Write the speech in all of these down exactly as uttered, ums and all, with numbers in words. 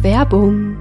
Werbung.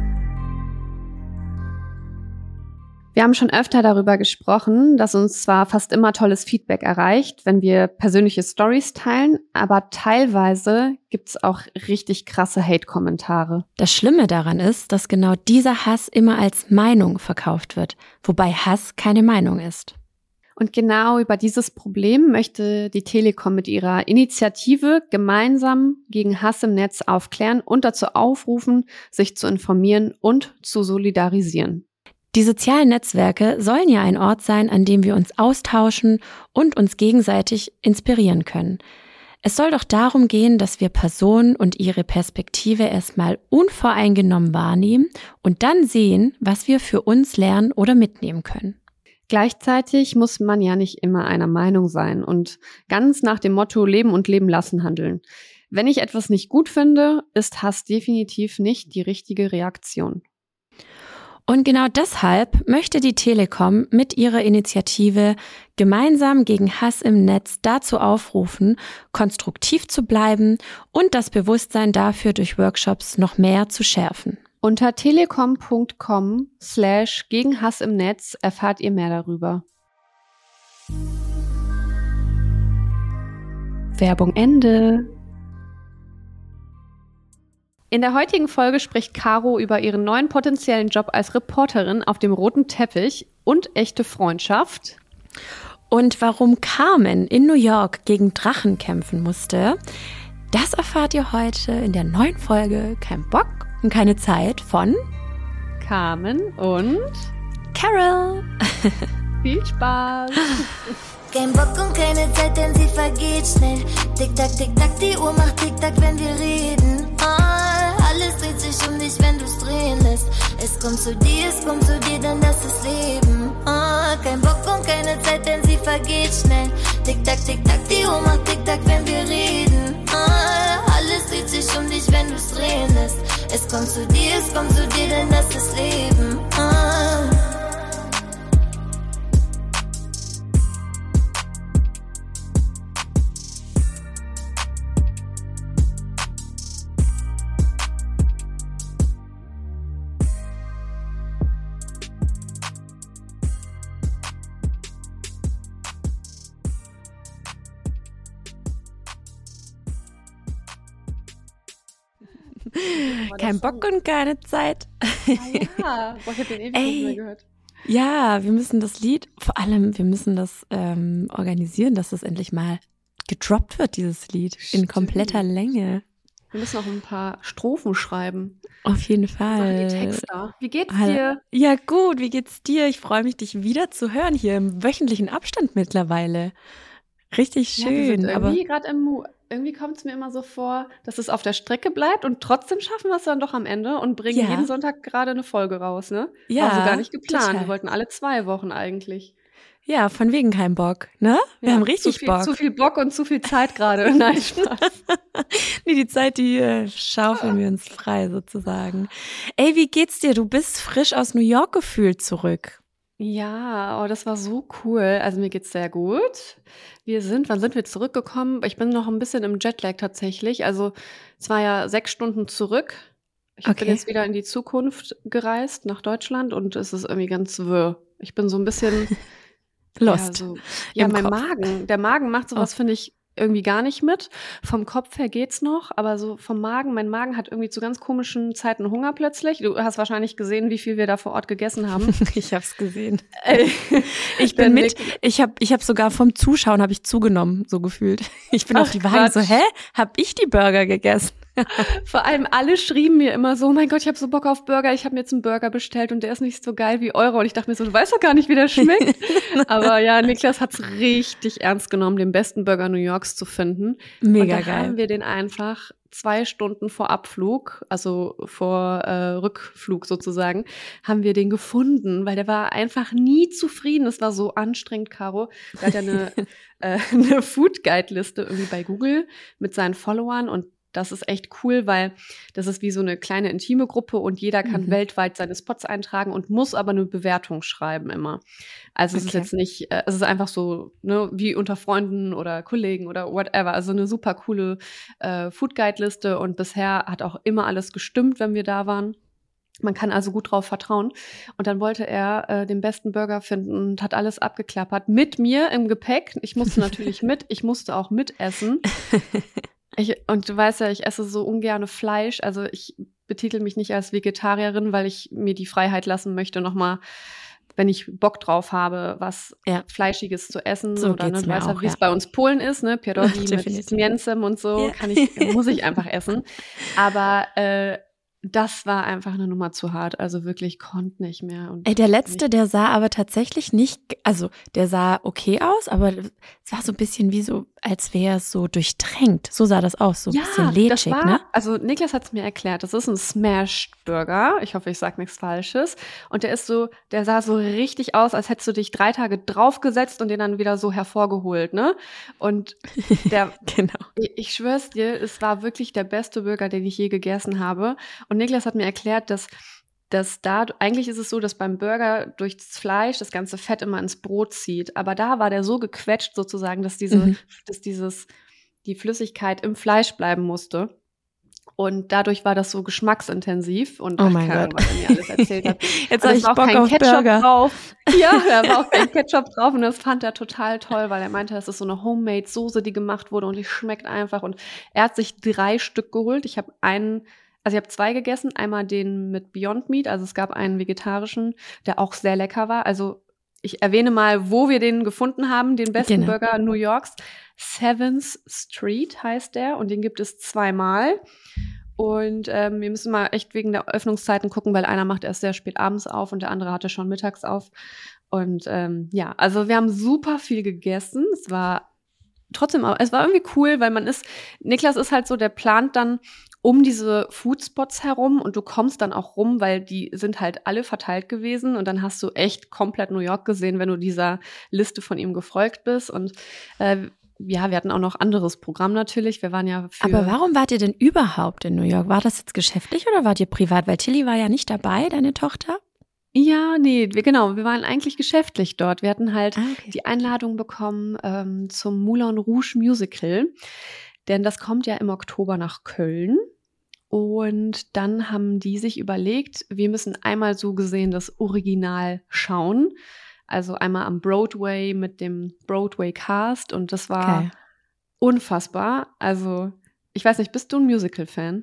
Wir haben schon öfter darüber gesprochen, dass uns zwar fast immer tolles Feedback erreicht, wenn wir persönliche Stories teilen, aber teilweise gibt's auch richtig krasse Hate-Kommentare. Das Schlimme daran ist, dass genau dieser Hass immer als Meinung verkauft wird, wobei Hass keine Meinung ist. Und genau über dieses Problem möchte die Telekom mit ihrer Initiative gemeinsam gegen Hass im Netz aufklären und dazu aufrufen, sich zu informieren und zu solidarisieren. Die sozialen Netzwerke sollen ja ein Ort sein, an dem wir uns austauschen und uns gegenseitig inspirieren können. Es soll doch darum gehen, dass wir Personen und ihre Perspektive erstmal unvoreingenommen wahrnehmen und dann sehen, was wir für uns lernen oder mitnehmen können. Gleichzeitig muss man ja nicht immer einer Meinung sein und ganz nach dem Motto Leben und Leben lassen handeln. Wenn ich etwas nicht gut finde, ist Hass definitiv nicht die richtige Reaktion. Und genau deshalb möchte die Telekom mit ihrer Initiative gemeinsam gegen Hass im Netz dazu aufrufen, konstruktiv zu bleiben und das Bewusstsein dafür durch Workshops noch mehr zu schärfen. Unter telekom punkt com slash gegen Hass im Netz erfahrt ihr mehr darüber. Werbung Ende. In der heutigen Folge spricht Caro über ihren neuen potenziellen Job als Reporterin auf dem roten Teppich und echte Freundschaft. Und warum Carmen in New York gegen Drachen kämpfen musste, das erfahrt ihr heute in der neuen Folge Kein Bock und keine Zeit von Carmen und Carol. Viel Spaß! Kein Bock und keine Zeit, denn sie vergeht schnell. Tick-Tack, Tick-Tack, die Uhr macht Tick-Tack, wenn wir reden. Oh, alles dreht sich um dich, wenn du's drehen lässt. Es kommt zu dir, es kommt zu dir, denn das ist Leben. Oh, kein Bock und keine Zeit, denn sie vergeht schnell. Tick-Tack, Tick-Tack, die Uhr macht Tick-Tack, wenn wir reden. Oh, alles dreht sich um dich, wenn du's drehen lässt. Es kommt zu dir, es kommt zu dir, denn das ist Leben. Oh. Kein Bock und keine Zeit. Ah ja, boah, ich hab den ewig nicht mehr gehört. Ja, wir müssen das Lied, vor allem, wir müssen das ähm, organisieren, dass das endlich mal gedroppt wird, dieses Lied, Stimmt. in kompletter Länge. Wir müssen noch ein paar Strophen schreiben. Auf jeden Fall. Machen die Texter. Wie geht's Hallo. dir? Ja gut, wie geht's dir? Ich freue mich, dich wieder zu hören, hier im wöchentlichen Abstand mittlerweile. Richtig schön. Ja, wir sind aber irgendwie gerade im Mu. Irgendwie kommt es mir immer so vor, dass es auf der Strecke bleibt und trotzdem schaffen wir es dann doch am Ende und bringen Ja. jeden Sonntag gerade eine Folge raus, ne? Ja, War so gar nicht geplant. total. Wir wollten alle zwei Wochen eigentlich. ja, von wegen kein Bock, ne? Wir Ja, haben richtig zu viel, Bock. Zu viel Bock und zu viel Zeit gerade. Nein, Spaß. Nee, die Zeit, die äh, schaufeln wir uns frei sozusagen. Ey, wie geht's dir? Du bist frisch aus New York gefühlt zurück. Ja, oh, das war so cool. Also mir geht's sehr gut. Wir sind, wann sind wir zurückgekommen? Ich bin noch ein bisschen im Jetlag tatsächlich. Also es war ja sechs Stunden zurück. Ich Okay. bin jetzt wieder in die Zukunft gereist nach Deutschland und es ist irgendwie ganz wirr. Ich bin so ein bisschen Lost. Ja, so, ja Im mein Kopf. Magen. Der Magen macht sowas, Oh. finde ich, irgendwie gar nicht mit. Vom Kopf her geht's noch, aber so vom Magen, mein Magen hat irgendwie zu ganz komischen Zeiten Hunger plötzlich. Du hast wahrscheinlich gesehen, wie viel wir da vor Ort gegessen haben. Ich hab's gesehen. Ey, Ich der bin mit, Nick- ich hab, ich hab sogar vom Zuschauen habe ich zugenommen, so gefühlt. Ich bin Ach, auf die Waage so, Quatsch. hä? Hab ich die Burger gegessen? Vor allem alle schrieben mir immer so, oh mein Gott, ich habe so Bock auf Burger, ich habe mir jetzt einen Burger bestellt und der ist nicht so geil wie eure. Und ich dachte mir so, du weißt doch gar nicht, wie der schmeckt. Aber ja, Niklas hat's richtig ernst genommen, den besten Burger New Yorks zu finden. Mega und dann geil. haben wir den einfach zwei Stunden vor Abflug, also vor äh, Rückflug sozusagen, haben wir den gefunden, weil der war einfach nie zufrieden. Es war so anstrengend, Caro. Der hat ja eine, äh, eine Food-Guide-Liste irgendwie bei Google mit seinen Followern und das ist echt cool, weil das ist wie so eine kleine intime Gruppe und jeder kann mhm. weltweit seine Spots eintragen und muss aber eine Bewertung schreiben immer. Also okay. es ist jetzt nicht, äh, es ist einfach so, ne, wie unter Freunden oder Kollegen oder whatever. Also eine super coole äh, Food-Guide-Liste und bisher hat auch immer alles gestimmt, wenn wir da waren. Man kann also gut drauf vertrauen. Und dann wollte er äh, den besten Burger finden und hat alles abgeklappert. Mit mir im Gepäck. Ich musste natürlich mit. Ich musste auch mitessen. Ich, und du weißt ja, ich esse so ungerne Fleisch. Also ich betitel mich nicht als Vegetarierin, weil ich mir die Freiheit lassen möchte, nochmal, wenn ich Bock drauf habe, was ja. Fleischiges zu essen. So oder ne, du weißt ja, wie ja. es bei uns Polen ist, ne? Pierogi mit Mięsem und so. Ja. Kann ich, muss ich einfach essen. Aber äh, das war einfach eine Nummer zu hart. Also wirklich, konnte nicht mehr. Und Ey, der letzte, nicht. der sah aber tatsächlich nicht, also der sah okay aus, aber es war so ein bisschen wie so, als wäre es so durchtränkt. So sah das aus, so ein ja, bisschen lätschig, das war, ne? Also Niklas hat es mir erklärt, das ist ein Smashed-Burger. Ich hoffe, ich sage nichts Falsches. Und der ist so, der sah so richtig aus, als hättest du dich drei Tage draufgesetzt und den dann wieder so hervorgeholt, ne? Und der, genau. ich, ich schwör's dir, es war wirklich der beste Burger, den ich je gegessen habe. Und Niklas hat mir erklärt, dass dass da, eigentlich ist es so, dass beim Burger durch das Fleisch das ganze Fett immer ins Brot zieht. Aber da war der so gequetscht sozusagen, dass diese, mhm. dass dieses, die Flüssigkeit im Fleisch bleiben musste. Und dadurch war das so geschmacksintensiv. Und oh mein Gott, was er mir alles erzählt hat. Jetzt habe ich auch Bock kein auf Ketchup Burger drauf. Ja, da war auch kein Ketchup drauf. Und das fand er total toll, weil er meinte, das ist so eine Homemade-Soße, die gemacht wurde und die schmeckt einfach. Und er hat sich drei Stück geholt. Ich habe einen Also ich habe zwei gegessen, einmal den mit Beyond Meat, also es gab einen vegetarischen, der auch sehr lecker war. Also ich erwähne mal, wo wir den gefunden haben, den besten genau. Burger New Yorks. Seventh Street heißt der und den gibt es zweimal. Und ähm, wir müssen mal echt wegen der Öffnungszeiten gucken, weil einer macht erst sehr spät abends auf und der andere hatte schon mittags auf. Und ähm, ja, also wir haben super viel gegessen. Es war trotzdem, es war irgendwie cool, weil man ist, Niklas ist halt so, der plant dann um diese Foodspots herum und du kommst dann auch rum, weil die sind halt alle verteilt gewesen und dann hast du echt komplett New York gesehen, wenn du dieser Liste von ihm gefolgt bist und äh, ja, wir hatten auch noch anderes Programm natürlich, wir waren ja für… Aber warum wart ihr denn überhaupt in New York? War das jetzt geschäftlich oder wart ihr privat? Weil Tilly war ja nicht dabei, deine Tochter? Ja, nee, wir, genau, wir waren eigentlich geschäftlich dort. Wir hatten halt ah, okay. die Einladung bekommen ähm, zum Moulin Rouge Musical, denn das kommt ja im Oktober nach Köln. Und dann haben die sich überlegt, wir müssen einmal so gesehen das Original schauen. Also einmal am Broadway mit dem Broadway-Cast. Und das war okay. unfassbar. Also ich weiß nicht, bist du ein Musical-Fan?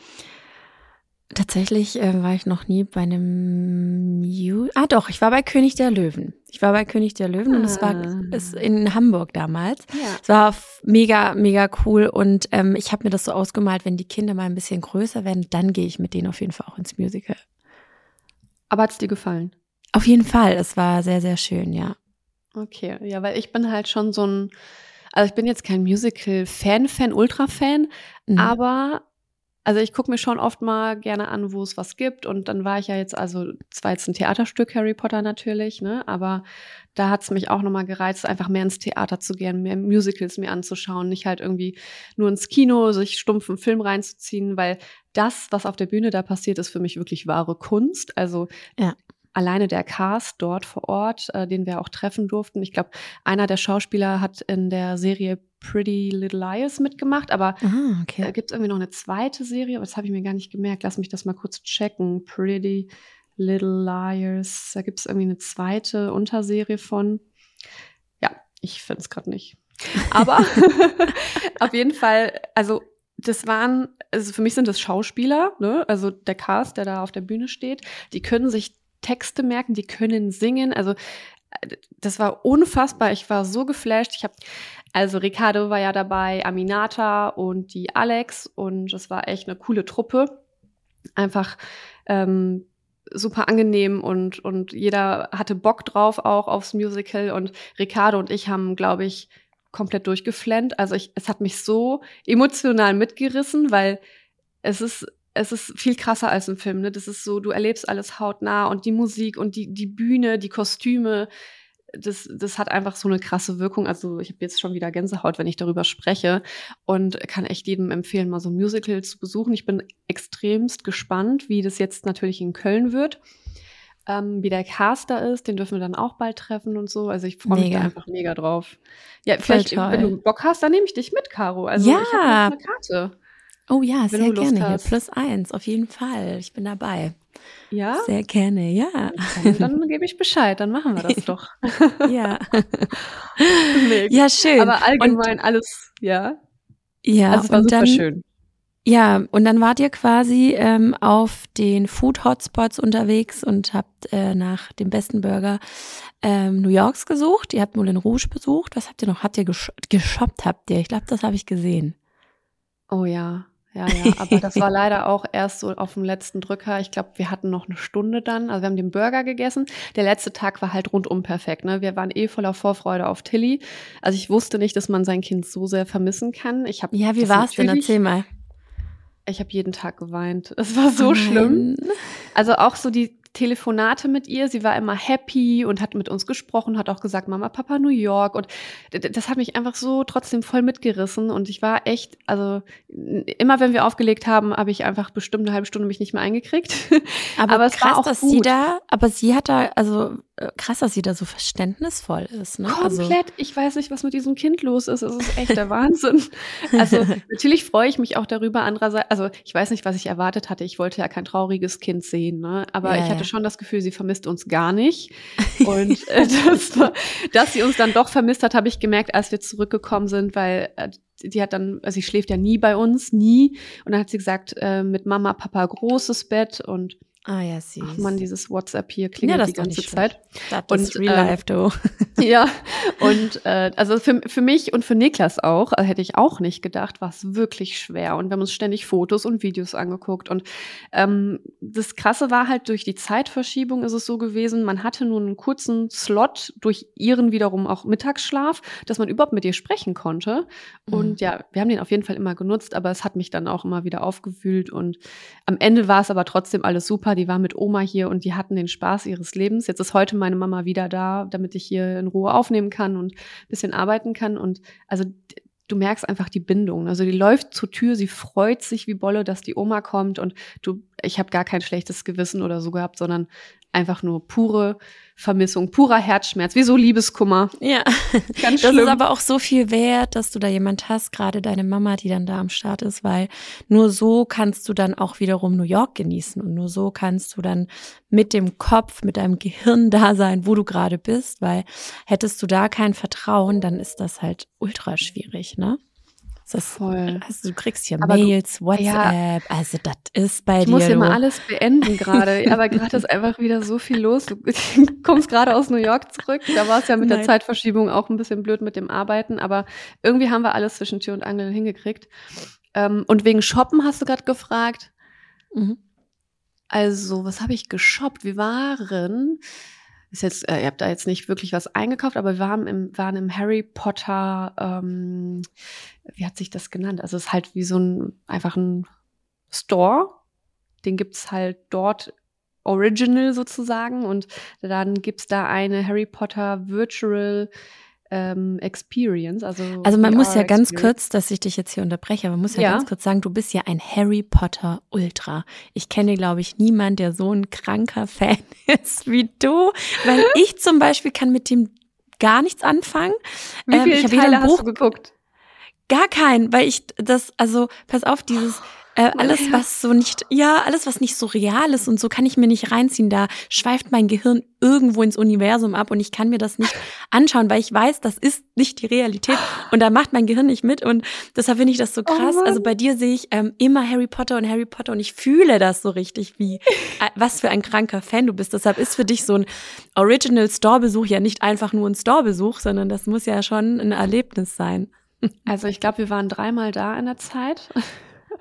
Tatsächlich äh, war ich noch nie bei einem Mu- Ah doch, ich war bei König der Löwen. Ich war bei König der Löwen ah. und es war ist in Hamburg damals. Ja. Es war f- mega, mega cool und ähm, ich habe mir das so ausgemalt, wenn die Kinder mal ein bisschen größer werden, dann gehe ich mit denen auf jeden Fall auch ins Musical. Aber hat es dir gefallen? Auf jeden Fall, es war sehr, sehr schön, ja. Okay, ja, weil ich bin halt schon so ein, also ich bin jetzt kein Musical-Fan, Fan, Ultra-Fan, mhm. aber also ich gucke mir schon oft mal gerne an, wo es was gibt und dann war ich ja jetzt, also es war jetzt ein Theaterstück, Harry Potter natürlich, ne, aber da hat es mich auch nochmal gereizt, einfach mehr ins Theater zu gehen, mehr Musicals mir anzuschauen, nicht halt irgendwie nur ins Kino, sich stumpfen Film reinzuziehen, weil das, was auf der Bühne da passiert, ist für mich wirklich wahre Kunst, also ja. Alleine der Cast dort vor Ort, äh, den wir auch treffen durften. Ich glaube, einer der Schauspieler hat in der Serie Pretty Little Liars mitgemacht, aber ah, okay. da gibt es irgendwie noch eine zweite Serie, aber das habe ich mir gar nicht gemerkt. Lass mich das mal kurz checken. Pretty Little Liars, da gibt es irgendwie eine zweite Unterserie von. Ja, ich finde es gerade nicht. Aber auf jeden Fall, also das waren, also für mich sind das Schauspieler, ne? Also der Cast, der da auf der Bühne steht, die können sich Texte merken, die können singen, also das war unfassbar, ich war so geflasht, ich habe, also Ricardo war ja dabei, Aminata und die Alex und das war echt eine coole Truppe, einfach ähm, super angenehm und, und jeder hatte Bock drauf auch aufs Musical und Ricardo und ich haben, glaube ich, komplett durchgeflennt, also ich, es hat mich so emotional mitgerissen, weil es ist Es ist viel krasser als ein Film, ne? Das ist so, du erlebst alles hautnah und die Musik und die, die Bühne, die Kostüme, das, das hat einfach so eine krasse Wirkung. Also ich habe jetzt schon wieder Gänsehaut, wenn ich darüber spreche und kann echt jedem empfehlen, mal so ein Musical zu besuchen. Ich bin extremst gespannt, wie das jetzt natürlich in Köln wird. Ähm, wie der Cast da ist, den dürfen wir dann auch bald treffen und so. Also ich freue mich da einfach mega drauf. Ja, vielleicht, wenn du Bock hast, dann nehme ich dich mit, Caro. Also ja. ich habe noch eine Karte. Oh ja, sehr gerne. Hier, plus eins, auf jeden Fall. Ich bin dabei. Ja? Sehr gerne, ja. Dann, dann gebe ich Bescheid, dann machen wir das doch. Ja. Ja, schön. Aber allgemein und, alles, ja. Ja, also es war und super dann, schön. Ja, und dann wart ihr quasi ähm, auf den Food-Hotspots unterwegs und habt äh, nach dem besten Burger ähm, New Yorks gesucht. Ihr habt Moulin Rouge besucht. Was habt ihr noch? Habt ihr gesh- geshoppt, habt ihr? Ich glaube, das habe ich gesehen. Oh ja, ja, ja. Aber das war leider auch erst so auf dem letzten Drücker. Ich glaube, wir hatten noch eine Stunde dann. Also wir haben den Burger gegessen. Der letzte Tag war halt rundum perfekt. Ne? Wir waren eh voller Vorfreude auf Tilly. Also ich wusste nicht, dass man sein Kind so sehr vermissen kann. Ich hab ja, wie war's denn? Erzähl mal. Ich habe jeden Tag geweint. Es war so oh schlimm. Also auch so die Telefonate mit ihr. Sie war immer happy und hat mit uns gesprochen, hat auch gesagt, Mama, Papa, New York. Und das hat mich einfach so trotzdem voll mitgerissen. Und ich war echt, also immer wenn wir aufgelegt haben, habe ich einfach bestimmt eine halbe Stunde mich nicht mehr eingekriegt. Aber, aber es krass, war auch dass gut. sie da, aber sie hat da, also krass, dass sie da so verständnisvoll ist. Ne? Komplett. Also, ich weiß nicht, was mit diesem Kind los ist. Es ist echt der Wahnsinn. Also natürlich freue ich mich auch darüber. Andererseits, also ich weiß nicht, was ich erwartet hatte. Ich wollte ja kein trauriges Kind sehen, ne? Aber ja, ich hatte ja. schon das Gefühl, sie vermisst uns gar nicht. Und äh, das war, dass sie uns dann doch vermisst hat, habe ich gemerkt, als wir zurückgekommen sind, weil äh, die hat dann, also sie schläft ja nie bei uns, nie. Und dann hat sie gesagt, äh, mit Mama, Papa großes Bett und ah ja, süß. Ach man, dieses WhatsApp hier klingelt ja, die ganze Zeit. Das und, ist real life, du. Ja, und äh, also für, für mich und für Niklas auch, also hätte ich auch nicht gedacht, war es wirklich schwer. Und wir haben uns ständig Fotos und Videos angeguckt. Und ähm, das Krasse war halt, durch die Zeitverschiebung ist es so gewesen, man hatte nur einen kurzen Slot, durch ihren wiederum auch Mittagsschlaf, dass man überhaupt mit ihr sprechen konnte. Und mhm. ja, wir haben den auf jeden Fall immer genutzt, aber es hat mich dann auch immer wieder aufgewühlt. Und am Ende war es aber trotzdem alles super. Die war mit Oma hier und die hatten den Spaß ihres Lebens. Jetzt ist heute meine Mama wieder da, damit ich hier in Ruhe aufnehmen kann und ein bisschen arbeiten kann. Und also du merkst einfach die Bindung. Also die läuft zur Tür, sie freut sich wie Bolle, dass die Oma kommt. Und du, ich habe gar kein schlechtes Gewissen oder so gehabt, sondern einfach nur pure Vermissung, purer Herzschmerz, wie so Liebeskummer. Ja, ganz das schlimm. ist aber auch so viel wert, dass du da jemand hast, gerade deine Mama, die dann da am Start ist, weil nur so kannst du dann auch wiederum New York genießen und nur so kannst du dann mit dem Kopf, mit deinem Gehirn da sein, wo du gerade bist, weil hättest du da kein Vertrauen, dann ist das halt ultra schwierig, ne? Das ist voll. Also du kriegst hier aber Mails, du, WhatsApp, ja, also das ist bei ich dir. Ich muss ja du. mal alles beenden gerade, aber gerade ist einfach wieder so viel los. Du kommst gerade aus New York zurück, da war es ja mit Nein. der Zeitverschiebung auch ein bisschen blöd mit dem Arbeiten, aber irgendwie haben wir alles zwischen Tür und Angel hingekriegt. Und wegen Shoppen hast du gerade gefragt. Mhm. Also, was habe ich geshoppt? Wir waren... Ist jetzt, äh, ihr habt da jetzt nicht wirklich was eingekauft, aber wir waren im, waren im Harry Potter, ähm, wie hat sich das genannt? Also es ist halt wie so ein, einfach ein Store, den gibt's halt dort original sozusagen und dann gibt's da eine Harry Potter Virtual ähm, Experience. Also, also man muss ja ganz kurz, dass ich dich jetzt hier unterbreche, aber man muss ja, ja ganz kurz sagen, du bist ja ein Harry Potter Ultra. Ich kenne, glaube ich, niemanden, der so ein kranker Fan ist wie du, weil ich zum Beispiel kann mit dem gar nichts anfangen. Wie viele ähm, ich Teile Buch, hast du geguckt? Gar keinen, weil ich das, also pass auf, dieses Äh, alles, was so nicht, ja, alles, was nicht so real ist und so, kann ich mir nicht reinziehen. Da schweift mein Gehirn irgendwo ins Universum ab und ich kann mir das nicht anschauen, weil ich weiß, das ist nicht die Realität und da macht mein Gehirn nicht mit und deshalb finde ich das so krass. Oh also bei dir sehe ich ähm, immer Harry Potter und Harry Potter und ich fühle das so richtig, wie äh, was für ein kranker Fan du bist. Deshalb ist für dich so ein Original-Store-Besuch ja nicht einfach nur ein Store-Besuch, sondern das muss ja schon ein Erlebnis sein. Also ich glaube, wir waren dreimal da in der Zeit.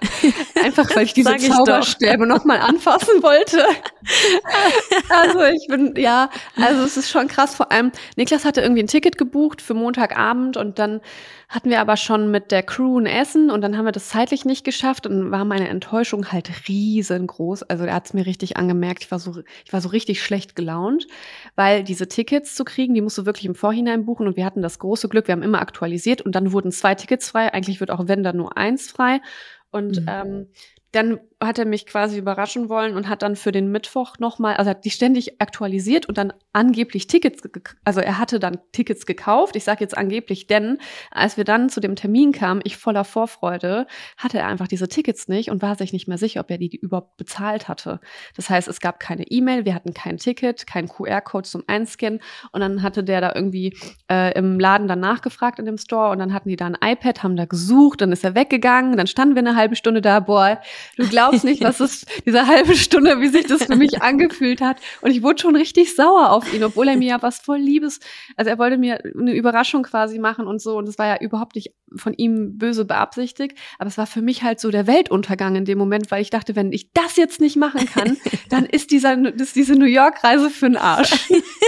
Einfach, weil ich diese ich Zauberstäbe nochmal anfassen wollte. Also ich bin, ja, also es ist schon krass. Vor allem, Niklas hatte irgendwie ein Ticket gebucht für Montagabend und dann hatten wir aber schon mit der Crew ein Essen und dann haben wir das zeitlich nicht geschafft und war meine Enttäuschung halt riesengroß. Also er hat es mir richtig angemerkt. Ich war so, ich war so richtig schlecht gelaunt, weil diese Tickets zu kriegen, die musst du wirklich im Vorhinein buchen und wir hatten das große Glück, wir haben immer aktualisiert und dann wurden zwei Tickets frei. Eigentlich wird auch wenn dann nur eins frei. Und mhm. ähm, dann hat er mich quasi überraschen wollen und hat dann für den Mittwoch nochmal, also hat die ständig aktualisiert und dann angeblich Tickets, also er hatte dann Tickets gekauft. Ich sage jetzt angeblich, denn als wir dann zu dem Termin kamen, ich voller Vorfreude, hatte er einfach diese Tickets nicht und war sich nicht mehr sicher, ob er die, die überhaupt bezahlt hatte. Das heißt, es gab keine E-Mail, wir hatten kein Ticket, keinen Q R-Code zum Einscannen und dann hatte der da irgendwie äh, im Laden dann nachgefragt in dem Store und dann hatten die da ein iPad, haben da gesucht, dann ist er weggegangen, dann standen wir eine halbe Stunde da, boah, du glaubst nicht, was es, diese halbe Stunde, wie sich das für mich angefühlt hat. Und ich wurde schon richtig sauer auf ihn, obwohl er mir ja was voll Liebes, also er wollte mir eine Überraschung quasi machen und so. Und es war ja überhaupt nicht von ihm böse beabsichtigt. Aber es war für mich halt so der Weltuntergang in dem Moment, weil ich dachte, wenn ich das jetzt nicht machen kann, dann ist dieser, ist diese New York-Reise für den Arsch.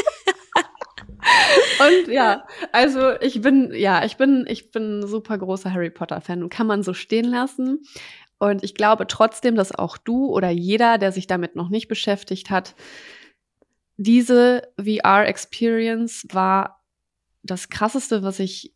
Und ja, also ich bin, ja, ich bin, ich bin ein super großer Harry Potter-Fan und kann man so stehen lassen. Und ich glaube trotzdem, dass auch du oder jeder, der sich damit noch nicht beschäftigt hat, diese V R-Experience war das Krasseste, was ich,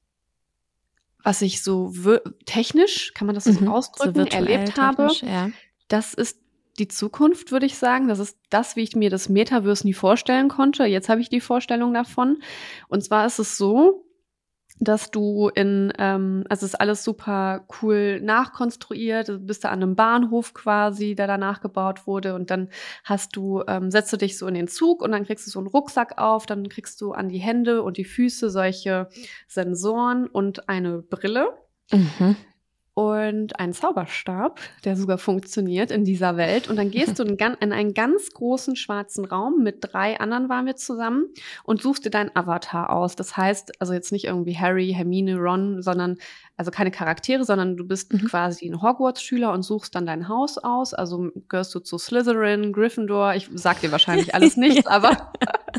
was ich so wir- technisch, kann man das so Mhm, ausdrücken, so erlebt virtuell habe. technisch, ja. Das ist die Zukunft, würde ich sagen. Das ist das, wie ich mir das Metaverse nie vorstellen konnte. Jetzt habe ich die Vorstellung davon. Und zwar ist es so, dass du in, ähm, also es ist alles super cool nachkonstruiert, du bist da an einem Bahnhof quasi, der da nachgebaut wurde und dann hast du, ähm, setzt du dich so in den Zug und dann kriegst du so einen Rucksack auf, dann kriegst du an die Hände und die Füße solche Sensoren und eine Brille. Mhm. Und einen Zauberstab, der sogar funktioniert in dieser Welt. Und dann gehst du in, gan- in einen ganz großen schwarzen Raum, mit drei anderen waren wir zusammen, und suchst dir deinen Avatar aus. Das heißt, also jetzt nicht irgendwie Harry, Hermine, Ron, sondern, also keine Charaktere, sondern du bist Mhm. quasi ein Hogwarts-Schüler und suchst dann dein Haus aus. Also gehörst du zu Slytherin, Gryffindor, ich sag dir wahrscheinlich alles nichts, aber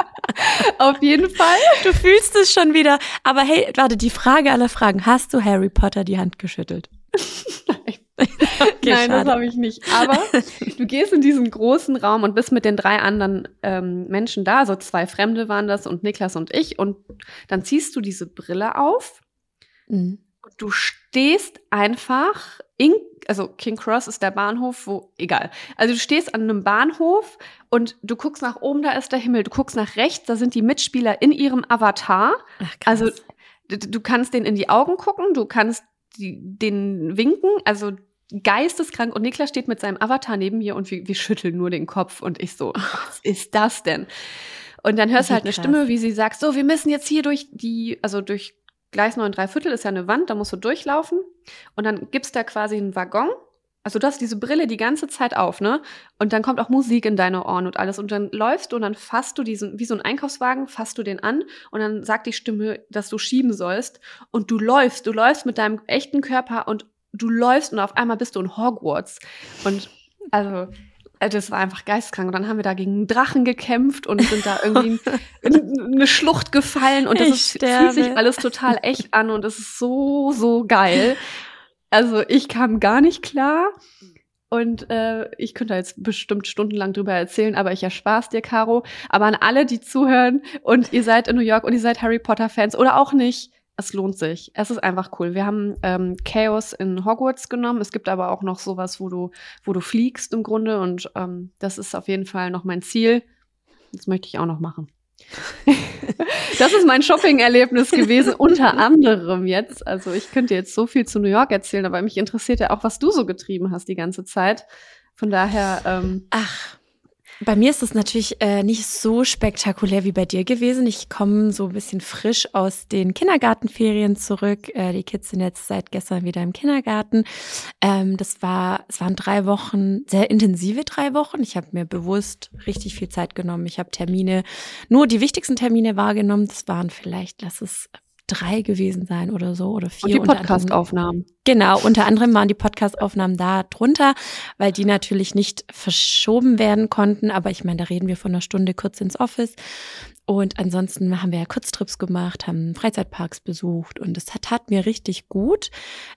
auf jeden Fall. Du fühlst es schon wieder. Aber hey, warte, die Frage aller Fragen. Hast du Harry Potter die Hand geschüttelt? Nein, Okay, Nein das schade. habe ich nicht. Aber du gehst in diesen großen Raum und bist mit den drei anderen ähm, Menschen da. So zwei Fremde waren das und Niklas und ich. Und dann ziehst du diese Brille auf Mhm. und du stehst einfach in, also King Cross ist der Bahnhof, wo, egal. Also du stehst an einem Bahnhof und du guckst nach oben, da ist der Himmel. Du guckst nach rechts, da sind die Mitspieler in ihrem Avatar. Ach, krass. Also d- du kannst denen in die Augen gucken, du kannst die, den winken, also geisteskrank. Und Niklas steht mit seinem Avatar neben mir und wir, wir schütteln nur den Kopf. Und ich so, was ist das denn? Und dann hörst du Wie halt eine krass. Stimme, wie sie sagt, so, wir müssen jetzt hier durch die, also durch Gleis neun drei Viertel ist ja eine Wand, da musst du durchlaufen. Und dann gibt's da quasi einen Waggon. Also du hast diese Brille die ganze Zeit auf, ne? Und dann kommt auch Musik in deine Ohren und alles. Und dann läufst du und dann fasst du diesen, wie so ein Einkaufswagen, fasst du den an und dann sagt die Stimme, dass du schieben sollst. Und du läufst, du läufst mit deinem echten Körper und du läufst und auf einmal bist du in Hogwarts. Und also, äh, das war einfach geisteskrank. Und dann haben wir da gegen einen Drachen gekämpft und sind da irgendwie in, in eine Schlucht gefallen. Und das Ich ist, sterbe. fühlt sich alles total echt an und es ist so, so geil. Also ich kam gar nicht klar und äh, ich könnte da jetzt bestimmt stundenlang drüber erzählen, aber ich erspare es dir, Caro. Aber an alle, die zuhören und ihr seid in New York und ihr seid Harry Potter-Fans oder auch nicht, es lohnt sich. Es ist einfach cool. Wir haben ähm, Chaos in Hogwarts genommen. Es gibt aber auch noch sowas, wo du, wo du fliegst im Grunde und ähm, das ist auf jeden Fall noch mein Ziel. Das möchte ich auch noch machen. Das ist mein Shopping-Erlebnis gewesen, unter anderem jetzt. Also ich könnte jetzt so viel zu New York erzählen, aber mich interessiert ja auch, was du so getrieben hast die ganze Zeit. Von daher, ähm, Ach, bei mir ist es natürlich äh, nicht so spektakulär wie bei dir gewesen. Ich komme so ein bisschen frisch aus den Kindergartenferien zurück. Äh, die Kids sind jetzt seit gestern wieder im Kindergarten. Ähm, das war, es waren drei Wochen, sehr intensive drei Wochen. Ich habe mir bewusst richtig viel Zeit genommen. Ich habe Termine, nur die wichtigsten Termine wahrgenommen. Das waren vielleicht, lass es drei gewesen sein oder so oder vier. Und die Podcast-Aufnahmen. Genau, unter anderem waren die Podcast-Aufnahmen da drunter, weil die natürlich nicht verschoben werden konnten. Aber ich meine, da reden wir von einer Stunde kurz ins Office. Und ansonsten haben wir ja Kurztrips gemacht, haben Freizeitparks besucht und es hat, tat mir richtig gut.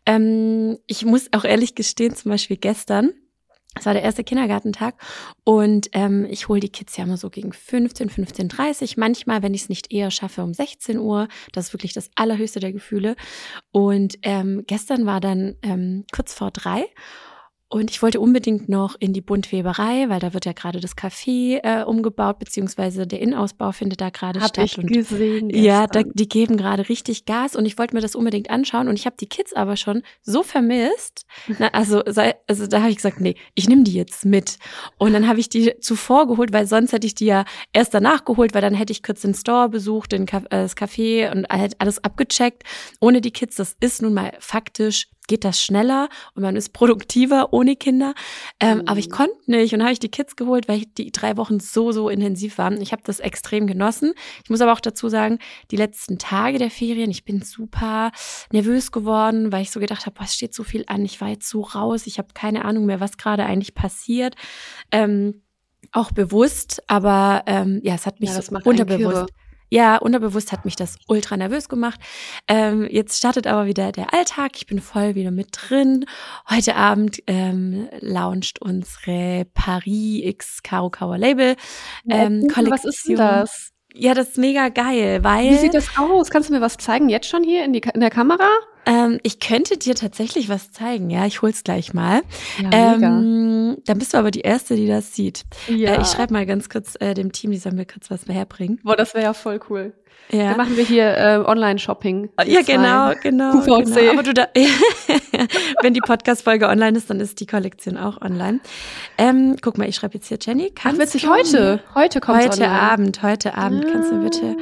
Ähm, ich muss auch ehrlich gestehen, zum Beispiel gestern, es war der erste Kindergartentag und ähm, ich hole die Kids ja immer so gegen fünfzehn, fünfzehn Uhr dreißig. Manchmal, wenn ich es nicht eher schaffe, um sechzehn Uhr. Das ist wirklich das allerhöchste der Gefühle. Und ähm, gestern war dann ähm, kurz vor drei. Und ich wollte unbedingt noch in die Buntweberei, weil da wird ja gerade das Café äh, umgebaut, beziehungsweise der Innenausbau findet da gerade statt. Hab ich und gesehen gestern. Ja, da, die geben gerade richtig Gas und ich wollte mir das unbedingt anschauen und ich habe die Kids aber schon so vermisst. Na, also, sei, also da habe ich gesagt, nee, ich nehme die jetzt mit. Und dann habe ich die zuvor geholt, weil sonst hätte ich die ja erst danach geholt, weil dann hätte ich kurz den Store besucht, den, äh, das Café und halt alles abgecheckt. Ohne die Kids, das ist nun mal faktisch, geht das schneller und man ist produktiver ohne Kinder. Ähm, mhm. Aber ich konnte nicht und dann habe ich die Kids geholt, weil die drei Wochen so, so intensiv waren. Ich habe das extrem genossen. Ich muss aber auch dazu sagen, die letzten Tage der Ferien, ich bin super nervös geworden, weil ich so gedacht habe, es steht so viel an. Ich war jetzt so raus, ich habe keine Ahnung mehr, was gerade eigentlich passiert. Ähm, auch bewusst, aber ähm, ja, es hat mich ja, das so macht unterbewusst. Ja, unterbewusst hat mich das ultra nervös gemacht. Ähm, jetzt startet aber wieder der Alltag. Ich bin voll wieder mit drin. Heute Abend ähm, launcht unsere Paris X Karukawa Label ähm, Kollektion. Was ist denn das? Ja, das ist mega geil, weil... Wie sieht das aus? Kannst du mir was zeigen jetzt schon hier in, die, in der Kamera? Ähm, ich könnte dir tatsächlich was zeigen, ja, ich hol's gleich mal. Ja, ähm, dann bist du aber die Erste, die das sieht. Ja. Äh, ich schreibe mal ganz kurz äh, dem Team, die sollen mir kurz was herbringen. Boah, das wäre ja voll cool. Ja. Dann machen wir hier äh, Online-Shopping. Ja, genau, genau. Q V C. genau. Aber du da, wenn die Podcast-Folge online ist, dann ist die Kollektion auch online. Ähm, guck mal, ich schreibe jetzt hier Jenny. Ach, witzig, heute. Heute kommt Heute online. Abend, heute Abend. Ah. Kannst du bitte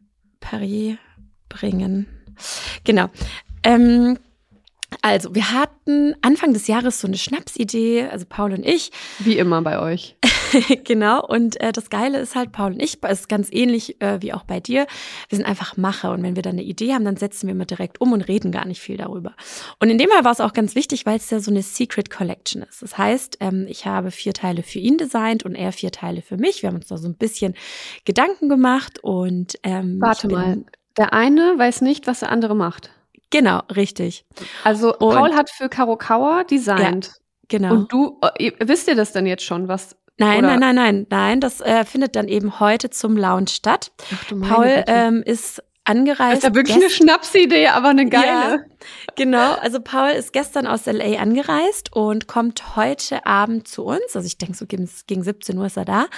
Paris bringen? Genau. Ähm, also, wir hatten Anfang des Jahres so eine Schnapsidee, also Paul und ich. Wie immer bei euch. Genau, und äh, das Geile ist halt, Paul und ich, ist ganz ähnlich äh, wie auch bei dir, wir sind einfach Macher und wenn wir dann eine Idee haben, dann setzen wir immer direkt um und reden gar nicht viel darüber. Und in dem Fall war es auch ganz wichtig, weil es ja so eine Secret Collection ist. Das heißt, ähm, ich habe vier Teile für ihn designt und er vier Teile für mich. Wir haben uns da so ein bisschen Gedanken gemacht und ähm, Warte mal, der eine weiß nicht, was der andere macht. Genau, richtig. Also und Paul hat für Karukawa designt. Ja, genau. Und du, ihr, wisst ihr das denn jetzt schon, was... Nein, oder? nein, nein, nein, nein, das äh, findet dann eben heute zum Launch statt. Ach, du meine Paul Güte. ähm, ist angereist. Das ist ja wirklich eine Schnapsidee, aber eine geile. Ja, genau, also Paul ist gestern aus L A angereist und kommt heute Abend zu uns. Also ich denke, so gegen, gegen siebzehn Uhr ist er da.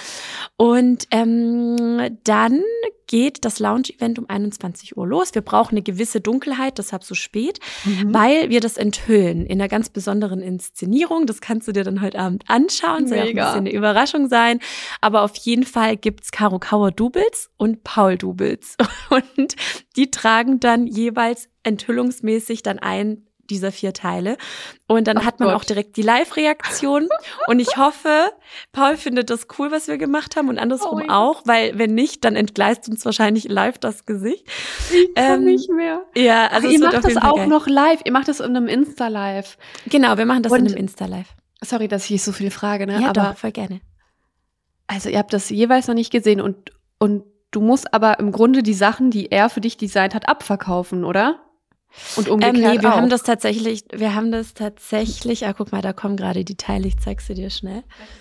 Und ähm, dann geht das Lounge-Event um einundzwanzig Uhr los. Wir brauchen eine gewisse Dunkelheit, deshalb so spät, mhm. weil wir das enthüllen in einer ganz besonderen Inszenierung. Das kannst du dir dann heute Abend anschauen. Soll ja auch ein bisschen eine Überraschung sein. Aber auf jeden Fall gibt's Karukawa Doubles und Paul Doubles. Und die tragen dann jeweils enthüllungsmäßig dann ein dieser vier Teile. Und dann Ach hat man Gott. auch direkt die Live-Reaktion. Und ich hoffe, Paul findet das cool, was wir gemacht haben und andersrum oh auch, weil wenn nicht, dann entgleist uns wahrscheinlich live das Gesicht. Ich kann ähm, nicht mehr. Ja, also Ach, es ihr wird macht auf jeden das Fall auch geil. noch live. Ihr macht das in einem Insta-Live. Genau, wir machen das Und- in einem Insta-Live. Sorry, dass ich so viel frage, ne? Ja, aber doch, voll gerne. also ihr habt das jeweils noch nicht gesehen und, und du musst aber im Grunde die Sachen, die er für dich designt hat, abverkaufen, oder? Und Ähm, umgekehrt nee, wir auch. haben das tatsächlich, wir haben das tatsächlich, ah, guck mal, da kommen gerade die Teile, ich zeig sie dir schnell.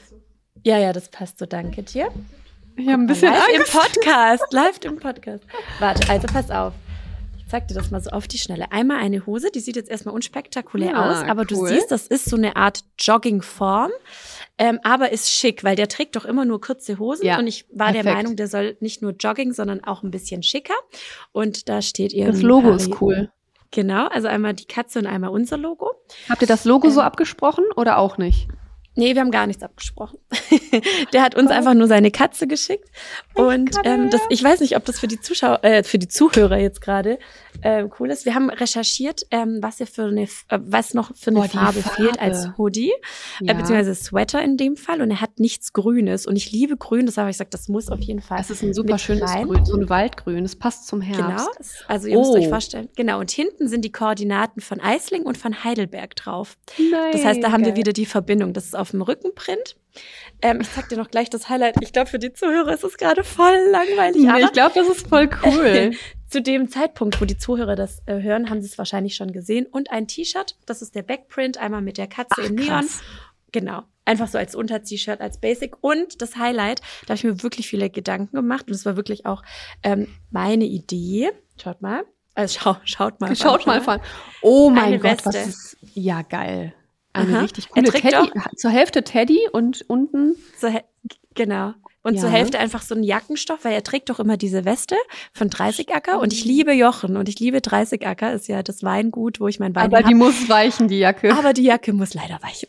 Ja, ja, das passt so, danke dir. ich habe ein bisschen live Angst. im Podcast, live im Podcast. Warte, also pass auf. Ich zeig dir das mal so auf die Schnelle. Einmal eine Hose, die sieht jetzt erstmal unspektakulär Ja, aus, aber du cool. siehst, das ist so eine Art Joggingform, ähm, aber ist schick, weil der trägt doch immer nur kurze Hosen Ja, und ich war der perfekt. Meinung, der soll nicht nur Jogging, sondern auch ein bisschen schicker und da steht ihr Das Logo ist cool. Genau, also einmal die Katze und einmal unser Logo. Habt ihr das Logo so Ähm. abgesprochen oder auch nicht? Nee, wir haben gar nichts abgesprochen. Der hat uns einfach nur seine Katze geschickt. Und ähm, das, ich weiß nicht, ob das für die Zuschauer, äh, für die Zuhörer jetzt gerade äh, cool ist. Wir haben recherchiert, ähm, was hier für eine, äh, was noch für eine Boah, Farbe, Farbe fehlt als Hoodie, ja. äh, beziehungsweise Sweater in dem Fall. Und er hat nichts Grünes. Und ich liebe Grün, deshalb habe ich gesagt, das muss auf jeden Fall. Es ist ein super schönes rein. Grün, so ein Waldgrün. Es passt zum Herbst. Genau. Also ihr oh. müsst euch vorstellen. Genau. Und hinten sind die Koordinaten von Eisling und von Heidelberg drauf. Nein, das heißt, da haben geil. wir wieder die Verbindung. Das ist auf dem Rückenprint. Ähm, ich zeig dir noch gleich das Highlight. Ich glaube, für die Zuhörer ist es gerade voll langweilig. Nee, aber ich glaube, das ist voll cool. zu dem Zeitpunkt, wo die Zuhörer das äh, hören, haben sie es wahrscheinlich schon gesehen. Und ein T-Shirt, das ist der Backprint, einmal mit der Katze Ach, in Neon. krass. Genau. Einfach so als Unter-T-Shirt, als Basic. Und das Highlight, da habe ich mir wirklich viele Gedanken gemacht. Und es war wirklich auch ähm, meine Idee. Schaut mal. Also schau, schaut mal. Schaut mal von. Oh mein Eine Gott, Weste. was ist. Ja, geil. Eine Aha. richtig coole Er trägt Teddy. Zur Hälfte Teddy und unten. Zur Hä- genau. Und Ja. zur Hälfte einfach so ein Jackenstoff, weil er trägt doch immer diese Weste von dreißig Acker. Und ich liebe Jochen und ich liebe dreißig Acker, ist ja das Weingut, wo ich mein Wein Aber habe. die muss weichen, die Jacke. Aber die Jacke muss leider weichen.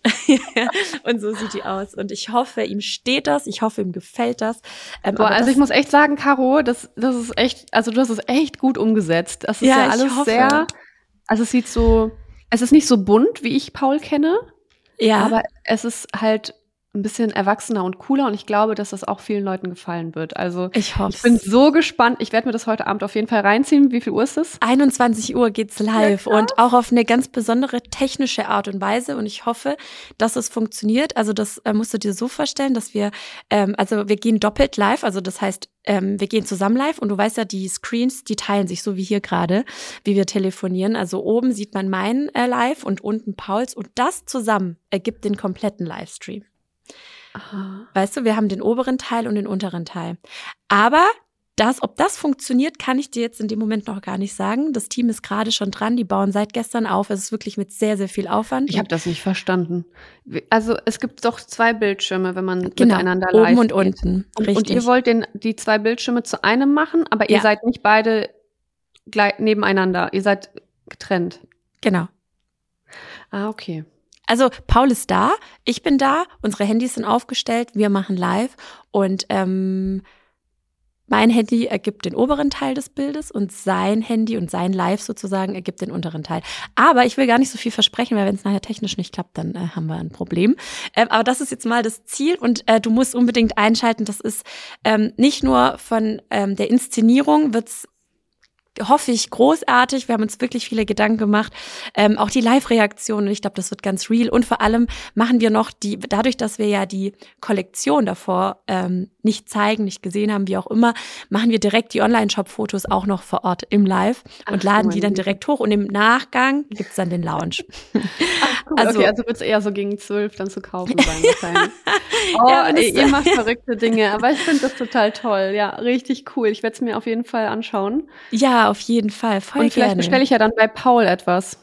Und so sieht die aus. Und ich hoffe, ihm steht das. Ich hoffe, ihm gefällt das. Ähm, Boah, aber also das, ich muss echt sagen, Caro, das, das ist echt, also du hast es echt gut umgesetzt. Das ist Ja, ja, ich alles hoffe. sehr, also es sieht so, es ist nicht so bunt, wie ich Paul kenne, ja, aber es ist halt ein bisschen erwachsener und cooler und ich glaube, dass das auch vielen Leuten gefallen wird. Also ich hoffe. ich bin so gespannt. Ich werde mir das heute Abend auf jeden Fall reinziehen. Wie viel Uhr ist es? einundzwanzig Uhr geht's live Ja, und auch auf eine ganz besondere technische Art und Weise. Und ich hoffe, dass es funktioniert. Also das äh, musst du dir so vorstellen, dass wir, ähm, also wir gehen doppelt live. Also das heißt, ähm, wir gehen zusammen live und du weißt ja, die Screens, die teilen sich so wie hier gerade, wie wir telefonieren. Also oben sieht man meinen äh, Live und unten Pauls und das zusammen ergibt den kompletten Livestream. Aha. Weißt du, wir haben den oberen Teil und den unteren Teil. Aber das, ob das funktioniert, kann ich dir jetzt in dem Moment noch gar nicht sagen. Das Team ist gerade schon dran, die bauen seit gestern auf. Es ist wirklich mit sehr, sehr viel Aufwand. Ich habe das nicht verstanden. Also es gibt doch zwei Bildschirme, wenn man genau, miteinander oben live und geht. unten. Und, Richtig. und ihr wollt den, die zwei Bildschirme zu einem machen, aber ihr Ja. seid nicht beide gleich nebeneinander. Ihr seid getrennt. Genau. Ah, okay. Also Paul ist da, ich bin da, unsere Handys sind aufgestellt, wir machen live und ähm, mein Handy ergibt den oberen Teil des Bildes und sein Handy und sein Live sozusagen ergibt den unteren Teil. Aber ich will gar nicht so viel versprechen, weil wenn es nachher technisch nicht klappt, dann äh, haben wir ein Problem. Ähm, aber das ist jetzt mal das Ziel und äh, du musst unbedingt einschalten. Das ist ähm, nicht nur von ähm, der Inszenierung wird's hoffe ich, großartig. Wir haben uns wirklich viele Gedanken gemacht. Ähm, auch die Live-Reaktionen, ich glaube, das wird ganz real. Und vor allem machen wir noch die, dadurch, dass wir ja die Kollektion davor ähm, nicht zeigen, nicht gesehen haben, wie auch immer, machen wir direkt die Online-Shop-Fotos auch noch vor Ort im Live und Ach, laden so die dann Liebe. direkt hoch. Und im Nachgang gibt's dann den Lounge. Ach, cool. Also- Okay, also wird es eher so gegen zwölf dann zu kaufen sein. wahrscheinlich. Oh, Ja, wenn ey, es- ihr macht verrückte Dinge, aber ich finde das total toll. Ja, richtig cool. Ich werde es mir auf jeden Fall anschauen. Ja, auf jeden Fall. Voll Und vielleicht gerne. bestelle ich ja dann bei Paul etwas,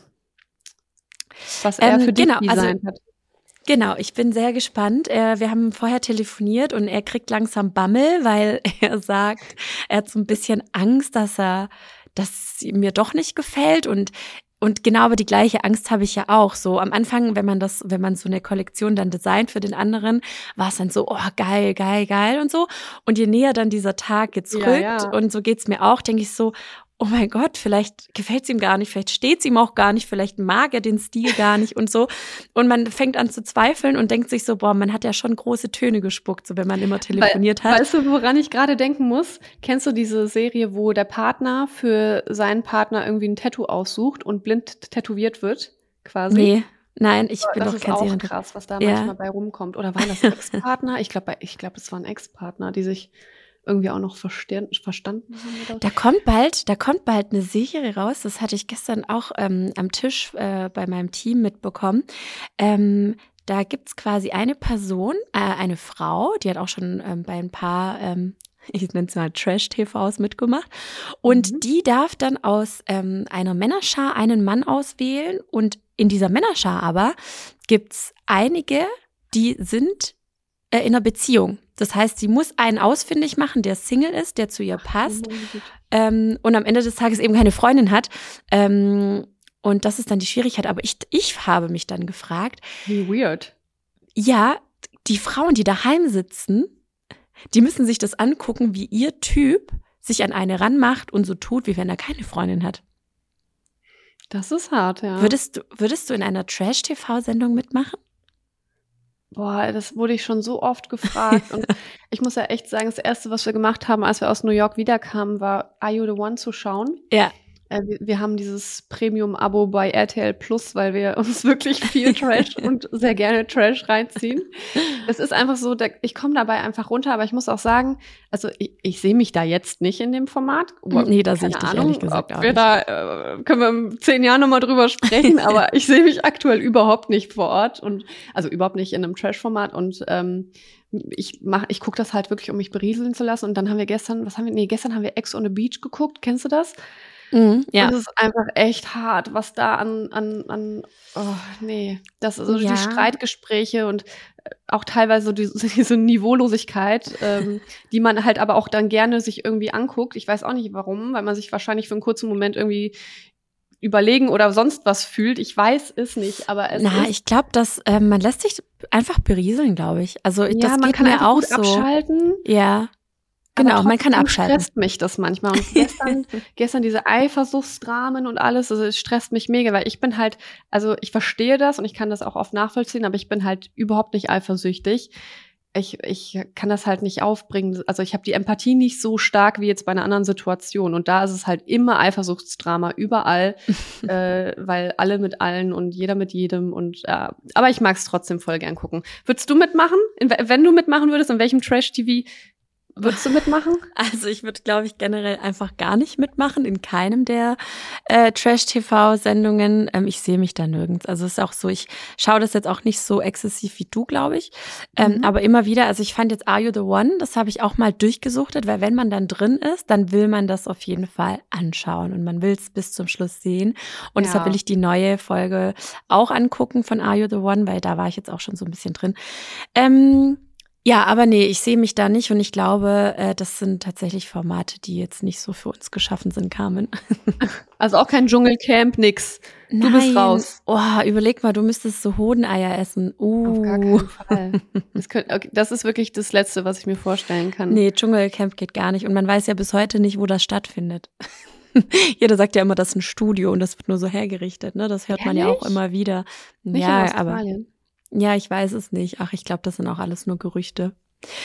was er Ähm, für dich genau, also- designt hat. Genau, ich bin sehr gespannt. Äh, wir haben vorher telefoniert und er kriegt langsam Bammel, weil er sagt, er hat so ein bisschen Angst, dass er, dass es mir doch nicht gefällt und und genau aber die gleiche Angst habe ich ja auch. So am Anfang, wenn man das, wenn man so eine Kollektion dann designt für den anderen, war es dann so, oh geil, geil, geil und so. Und je näher dann dieser Tag jetzt Ja, rückt ja. und so geht's mir auch, denke ich so, oh mein Gott, vielleicht gefällt's ihm gar nicht, vielleicht steht's ihm auch gar nicht, vielleicht mag er den Stil gar nicht und so. Und man fängt an zu zweifeln und denkt sich so, boah, man hat ja schon große Töne gespuckt, so wenn man immer telefoniert hat. Weißt du, woran ich gerade denken muss? Kennst du diese Serie, wo der Partner für seinen Partner irgendwie ein Tattoo aussucht und blind tätowiert wird, quasi? Nee, nein, ich bin das doch ist kein auch Serien. krass, was da Ja. manchmal bei rumkommt. Oder waren das Ex-Partner? ich glaube, ich glaube, es waren Ex-Partner, die sich irgendwie auch noch verstehen, verstanden haben. Oder? Da kommt bald, da kommt bald eine Serie raus. Das hatte ich gestern auch ähm, am Tisch äh, bei meinem Team mitbekommen. Ähm, da gibt's quasi eine Person, äh, eine Frau, die hat auch schon ähm, bei ein paar, ähm, ich nenne es mal Trash-T Vs mitgemacht. Und Mhm. die darf dann aus ähm, einer Männerschar einen Mann auswählen. Und in dieser Männerschar aber gibt's einige, die sind äh, in einer Beziehung. Das heißt, sie muss einen ausfindig machen, der Single ist, der zu ihr passt. Ähm, und am Ende des Tages eben keine Freundin hat. Ähm, und das ist dann die Schwierigkeit. Aber ich, ich habe mich dann gefragt, Wie weird. Ja, die Frauen, die daheim sitzen, die müssen sich das angucken, wie ihr Typ sich an eine ranmacht und so tut, wie wenn er keine Freundin hat. Das ist hart, ja. Würdest du, würdest du in einer Trash-T V-Sendung mitmachen? Boah, das wurde ich schon so oft gefragt. Und ich muss ja echt sagen, das Erste, was wir gemacht haben, als wir aus New York wiederkamen, war Are You the One zu schauen. Ja. Äh, wir, wir haben dieses Premium-Abo bei R T L Plus, weil wir uns wirklich viel Trash und sehr gerne Trash reinziehen. Es ist einfach so, da, ich komme dabei einfach runter, aber ich muss auch sagen, also ich, ich sehe mich da jetzt nicht in dem Format. Nee, da sehe ich dich Ahnung, ehrlich gesagt ob auch wir nicht. Da äh, können wir in zehn Jahren nochmal drüber sprechen, aber ich sehe mich aktuell überhaupt nicht vor Ort und also überhaupt nicht in einem Trash-Format und ähm, ich mach, ich gucke das halt wirklich, um mich berieseln zu lassen. Und dann haben wir gestern, was haben wir, nee, gestern haben wir Ex on the Beach geguckt. Kennst du das? Mhm, ja. Das ist einfach echt hart, was da an, an, an oh, nee, das ist so Ja. die Streitgespräche und auch teilweise so diese, diese Niveaulosigkeit, ähm, die man halt aber auch dann gerne sich irgendwie anguckt. Ich weiß auch nicht warum, weil man sich wahrscheinlich für einen kurzen Moment irgendwie überlegen oder sonst was fühlt. Ich weiß es nicht, aber es Na, ist ich glaube, dass äh, man lässt sich einfach berieseln, glaube ich. Also ich, ja, das man geht kann mir einfach auch gut so. abschalten. Ja, genau, Aber man kann trotzdem abschalten. stresst mich das manchmal. Und gestern, gestern diese Eifersuchtsdramen und alles, also es stresst mich mega, weil ich bin halt, also ich verstehe das und ich kann das auch oft nachvollziehen, aber ich bin halt überhaupt nicht eifersüchtig. Ich, ich kann das halt nicht aufbringen. Also ich habe die Empathie nicht so stark wie jetzt bei einer anderen Situation. Und da ist es halt immer Eifersuchtsdrama, überall, äh, weil alle mit allen und jeder mit jedem. Und ja, aber ich mag es trotzdem voll gern gucken. Würdest du mitmachen? In, wenn du mitmachen würdest, in welchem Trash-T V würdest du mitmachen? Also ich würde, glaube ich, generell einfach gar nicht mitmachen, in keinem der äh, Trash-T V-Sendungen. Ähm, ich sehe mich da nirgends. Also es ist auch so, ich schaue das jetzt auch nicht so exzessiv wie du, glaube ich. Ähm, Mhm. Aber immer wieder, also ich fand jetzt Are You the One, das habe ich auch mal durchgesuchtet, weil wenn man dann drin ist, dann will man das auf jeden Fall anschauen und man will es bis zum Schluss sehen. Und Ja. deshalb will ich die neue Folge auch angucken von Are You the One, weil da war ich jetzt auch schon so ein bisschen drin. Ähm, Ja, aber nee, ich sehe mich da nicht und ich glaube, äh, das sind tatsächlich Formate, die jetzt nicht so für uns geschaffen sind, Carmen. Also auch kein Dschungelcamp, nix. Du bist raus. Oh, überleg mal, du müsstest so Hodeneier essen. Uh. Auf gar keinen Fall. Das, könnt, okay, das ist wirklich das Letzte, was ich mir vorstellen kann. Nee, Dschungelcamp geht gar nicht und man weiß ja bis heute nicht, wo das stattfindet. Jeder sagt ja immer, das ist ein Studio und das wird nur so hergerichtet, ne? Das hört man ja auch Ehrlich? immer wieder. Nicht ja, in aber Australien. ja, ich weiß es nicht. Ach, ich glaube, das sind auch alles nur Gerüchte.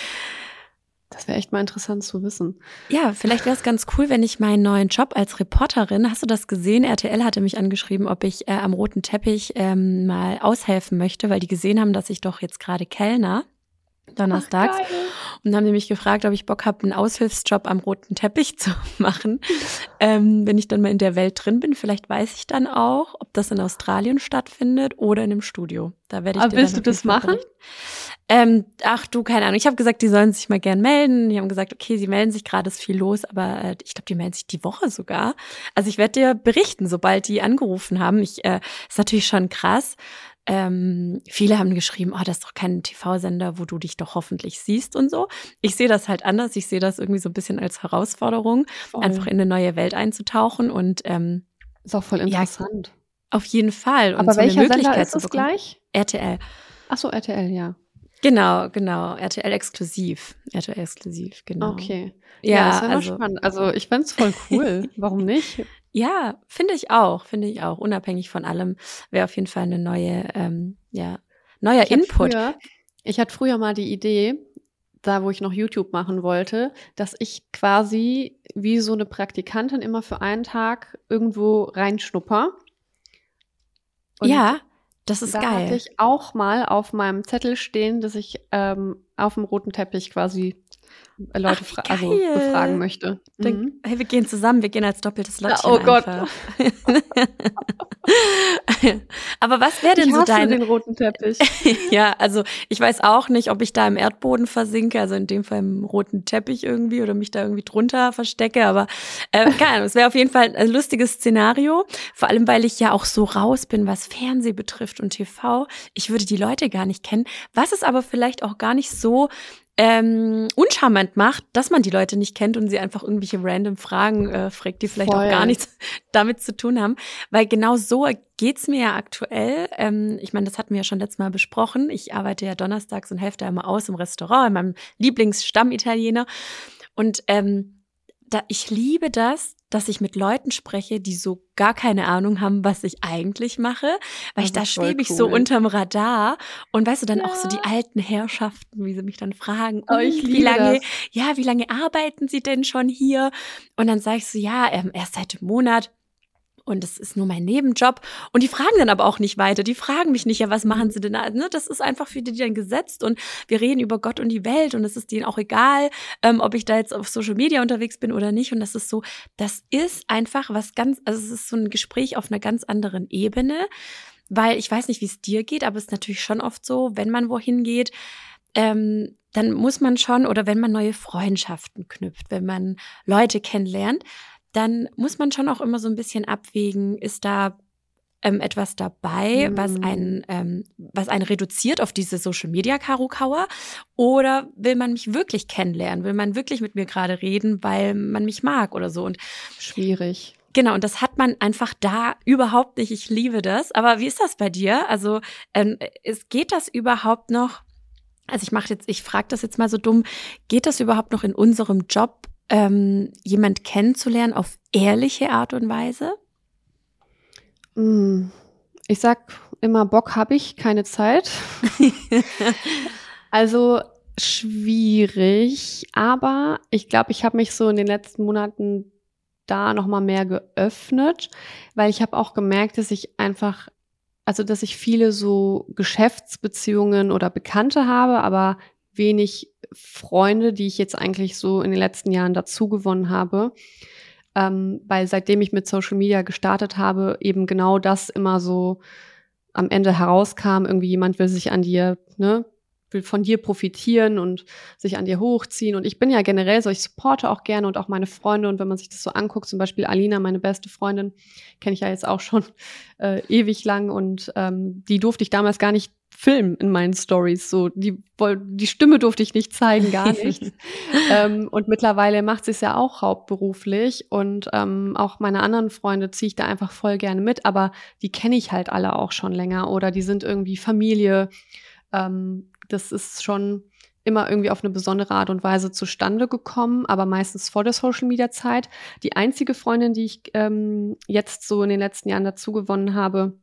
Das wäre echt mal interessant zu wissen. Ja, vielleicht wäre es ganz cool, wenn ich meinen neuen Job als Reporterin, hast du das gesehen? R T L hatte mich angeschrieben, ob ich äh, am roten Teppich ähm, mal aushelfen möchte, weil die gesehen haben, dass ich doch jetzt gerade Kellner donnerstags. Ach, geil. Und haben die mich gefragt, ob ich Bock habe, einen Aushilfsjob am roten Teppich zu machen. Ähm, wenn ich dann mal in der Welt drin bin, vielleicht weiß ich dann auch, ob das in Australien stattfindet oder in einem Studio. Da werde ich Aber dir willst dann du auf jeden das Fall machen? berichten. Ähm, ach du, keine Ahnung. Ich habe gesagt, die sollen sich mal gern melden. Die haben gesagt, okay, sie melden sich gerade, ist viel los, aber äh, ich glaube, die melden sich die Woche sogar. Also ich werde dir berichten, sobald die angerufen haben. Ich äh, ist natürlich schon krass. Ähm, viele haben geschrieben, oh, das ist doch kein T V-Sender, wo du dich doch hoffentlich siehst und so. Ich sehe das halt anders. Ich sehe das irgendwie so ein bisschen als Herausforderung, Voll. einfach in eine neue Welt einzutauchen und ähm, Ist auch voll interessant. auf jeden Fall. Und Aber so eine welcher Möglichkeit Sender ist zu das bekommen. gleich? R T L. Ach so, R T L, ja. Genau, genau. R T L exklusiv. R T L exklusiv, genau. Okay. Ja, Ja, ist ja also, spannend. Also ich fänd's voll cool. Warum nicht? ja, finde ich auch, finde ich auch. Unabhängig von allem wäre auf jeden Fall eine neue, ähm, ja, neuer Ich hatte Input. Früher, ich hatte früher mal die Idee, da wo ich noch YouTube machen wollte, dass ich quasi wie so eine Praktikantin immer für einen Tag irgendwo reinschnupper. Und Ja, das ist da geil. hatte ich auch mal auf meinem Zettel stehen, dass ich ähm, auf dem roten Teppich quasi äh, Leute Ach, wie fra- also geil. befragen möchte. Dann, Mhm. hey, wir gehen zusammen, wir gehen als doppeltes Ja, Lottchen oh Gott. einfach. Aber was wäre denn Ich so hasse dein... den roten Teppich. Ja, also ich weiß auch nicht, ob ich da im Erdboden versinke, also in dem Fall im roten Teppich irgendwie oder mich da irgendwie drunter verstecke, aber äh, keine Ahnung, es wäre auf jeden Fall ein lustiges Szenario, vor allem, weil ich ja auch so raus bin, was Fernseh betrifft und T V. Ich würde die Leute gar nicht kennen, was es aber vielleicht auch gar nicht so ähm, uncharmant macht, dass man die Leute nicht kennt und sie einfach irgendwelche random Fragen äh, fragt, die vielleicht Voll. auch gar nichts damit zu tun haben. Weil genau so geht's mir ja aktuell. Ähm, ich meine, das hatten wir ja schon letztes Mal besprochen. Ich arbeite ja donnerstags und helfe da immer aus im Restaurant, in meinem Lieblingsstamm-Italiener. Und ähm, da, ich liebe das, dass ich mit Leuten spreche, die so gar keine Ahnung haben, was ich eigentlich mache, weil ich da schwebe ich cool. so unterm Radar und weißt du dann ja. auch so die alten Herrschaften, wie sie mich dann fragen, oh, ich wie lange, das. ja, wie lange arbeiten sie denn schon hier? Und dann sage ich so, ja, ähm, erst seit einem Monat. Und das ist nur mein Nebenjob. Und die fragen dann aber auch nicht weiter. Die fragen mich nicht, ja, was machen sie denn da? Ne, das ist einfach für die dann gesetzt. Und wir reden über Gott und die Welt. Und es ist denen auch egal, ähm, ob ich da jetzt auf Social Media unterwegs bin oder nicht. Und das ist so, das ist einfach was ganz, also es ist so ein Gespräch auf einer ganz anderen Ebene. Weil ich weiß nicht, wie es dir geht, aber es ist natürlich schon oft so, wenn man wohin geht, ähm, dann muss man schon, oder wenn man neue Freundschaften knüpft, wenn man Leute kennenlernt, dann muss man schon auch immer so ein bisschen abwägen, ist da ähm, etwas dabei, mhm. was einen, ähm, was einen reduziert auf diese Social-Media-Karukauer, oder will man mich wirklich kennenlernen, will man wirklich mit mir gerade reden, weil man mich mag oder so. Und schwierig. Genau, und das hat man einfach da überhaupt nicht. Ich liebe das. Aber wie ist das bei dir? Also ähm, es geht das überhaupt noch, also ich mache jetzt, ich frage das jetzt mal so dumm, geht das überhaupt noch in unserem Job, Ähm, jemand kennenzulernen auf ehrliche Art und Weise? Ich sag immer, Bock habe ich, keine Zeit. Also schwierig, aber ich glaube, ich habe mich so in den letzten Monaten da nochmal mehr geöffnet, weil ich habe auch gemerkt, dass ich einfach, also dass ich viele so Geschäftsbeziehungen oder Bekannte habe, aber wenig Freunde, die ich jetzt eigentlich so in den letzten Jahren dazu gewonnen habe, ähm, weil seitdem ich mit Social Media gestartet habe, eben genau das immer so am Ende herauskam, irgendwie jemand will sich an dir, ne, will von dir profitieren und sich an dir hochziehen, und ich bin ja generell so, ich supporte auch gerne und auch meine Freunde, und wenn man sich das so anguckt, zum Beispiel Alina, meine beste Freundin, kenne ich ja jetzt auch schon äh, ewig lang, und ähm, die durfte ich damals gar nicht filmen in meinen Stories, so die die Stimme durfte ich nicht zeigen, gar nicht. ähm, und mittlerweile macht sie es ja auch hauptberuflich, und ähm, auch meine anderen Freunde ziehe ich da einfach voll gerne mit, aber die kenne ich halt alle auch schon länger, oder die sind irgendwie Familie. Ähm, das ist schon immer irgendwie auf eine besondere Art und Weise zustande gekommen, aber meistens vor der Social-Media-Zeit. Die einzige Freundin, die ich ähm, jetzt so in den letzten Jahren dazu gewonnen habe,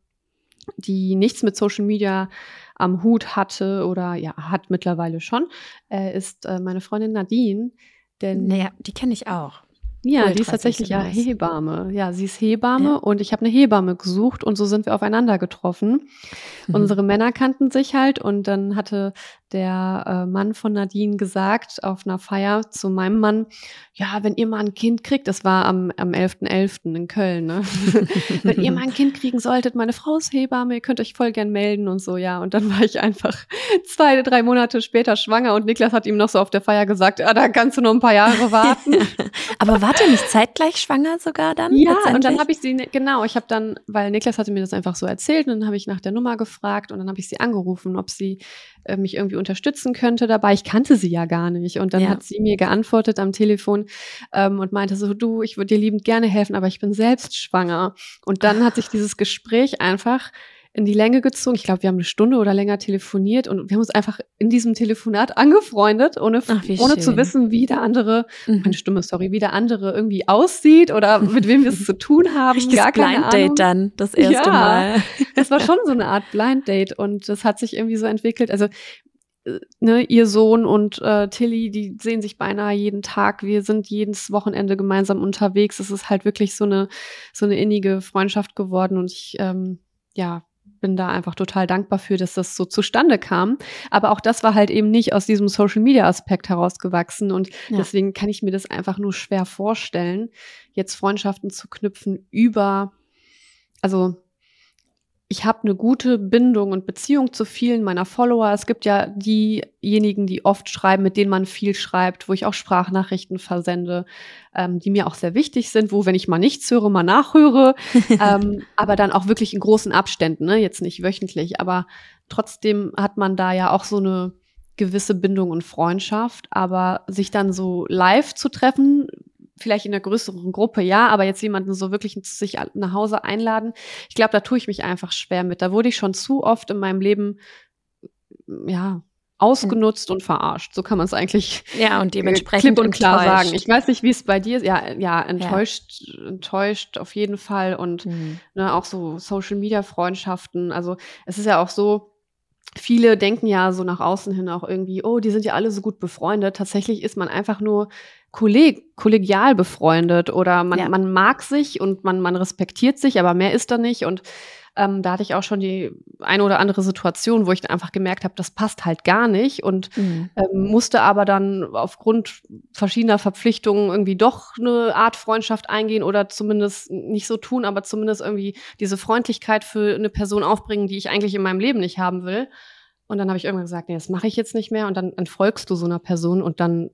die nichts mit Social Media am Hut hatte oder ja, hat mittlerweile schon, äh, ist äh, meine Freundin Nadine. Denn naja, die kenne ich auch. Ja, die ist tatsächlich ja Hebamme. Ja, sie ist Hebamme, ja. Und ich habe eine Hebamme gesucht, und so sind wir aufeinander getroffen. Mhm. Unsere Männer kannten sich halt, und dann hatte der äh, Mann von Nadine gesagt auf einer Feier zu meinem Mann, ja, wenn ihr mal ein Kind kriegt, das war am am elften elften in Köln, ne? Wenn ihr mal ein Kind kriegen solltet, meine Frau ist Hebamme, ihr könnt euch voll gern melden und so, ja. Und dann war ich einfach zwei, drei Monate später schwanger, und Niklas hat ihm noch so auf der Feier gesagt, ja, da kannst du noch ein paar Jahre warten. Aber wart ihr nicht zeitgleich schwanger sogar dann? Ja, und dann habe ich sie, genau, ich habe dann, weil Niklas hatte mir das einfach so erzählt, und dann habe ich nach der Nummer gefragt, und dann habe ich sie angerufen, ob sie äh, mich irgendwie unterstützen könnte dabei. Ich kannte sie ja gar nicht, und dann ja. hat sie mir geantwortet am Telefon ähm, und meinte so, du, ich würde dir liebend gerne helfen, aber ich bin selbst schwanger. Und dann hat sich dieses Gespräch einfach in die Länge gezogen. Ich glaube, wir haben eine Stunde oder länger telefoniert, und wir haben uns einfach in diesem Telefonat angefreundet, ohne, Ach, ohne zu wissen, wie der andere, mhm. meine Stimme, sorry, wie der andere irgendwie aussieht oder mit wem wir es zu tun haben. Richtiges Gar keine Blind Date Ahnung. Dann, das erste ja, Mal. Das war schon so eine Art Blind Date, und das hat sich irgendwie so entwickelt. Also, ne, ihr Sohn und äh, Tilly, die sehen sich beinahe jeden Tag. Wir sind jedes Wochenende gemeinsam unterwegs. Es ist halt wirklich so eine, so eine innige Freundschaft geworden, und ich, ähm, ja, bin da einfach total dankbar für, dass das so zustande kam. Aber auch das war halt eben nicht aus diesem Social-Media-Aspekt herausgewachsen. Und ja. deswegen kann ich mir das einfach nur schwer vorstellen, jetzt Freundschaften zu knüpfen über, also ich habe eine gute Bindung und Beziehung zu vielen meiner Follower. Es gibt ja diejenigen, die oft schreiben, mit denen man viel schreibt, wo ich auch Sprachnachrichten versende, ähm, die mir auch sehr wichtig sind, wo, wenn ich mal nichts höre, mal nachhöre, ähm, aber dann auch wirklich in großen Abständen, ne? Jetzt nicht wöchentlich, aber trotzdem hat man da ja auch so eine gewisse Bindung und Freundschaft, aber sich dann so live zu treffen, vielleicht in einer größeren Gruppe, ja, aber jetzt jemanden so wirklich zu sich nach Hause einladen, ich glaube, da tue ich mich einfach schwer mit. Da wurde ich schon zu oft in meinem Leben, ja, ausgenutzt mhm. und verarscht. So kann man es eigentlich ja, und dementsprechend klipp und klar enttäuscht. sagen. Ich weiß nicht, wie es bei dir ist. Ja, ja, enttäuscht, ja. enttäuscht auf jeden Fall. Und mhm. ne, auch so Social-Media-Freundschaften. Also es ist ja auch so, viele denken ja so nach außen hin auch irgendwie, oh, die sind ja alle so gut befreundet. Tatsächlich ist man einfach nur kolleg- kollegial befreundet oder man, ja. man mag sich und man, man respektiert sich, aber mehr ist da nicht. Und ähm, da hatte ich auch schon die eine oder andere Situation, wo ich dann einfach gemerkt habe, das passt halt gar nicht und mhm. ähm, musste aber dann aufgrund verschiedener Verpflichtungen irgendwie doch eine Art Freundschaft eingehen oder zumindest nicht so tun, aber zumindest irgendwie diese Freundlichkeit für eine Person aufbringen, die ich eigentlich in meinem Leben nicht haben will. Und dann habe ich irgendwann gesagt, nee, das mache ich jetzt nicht mehr. Und dann entfolgst du so einer Person und dann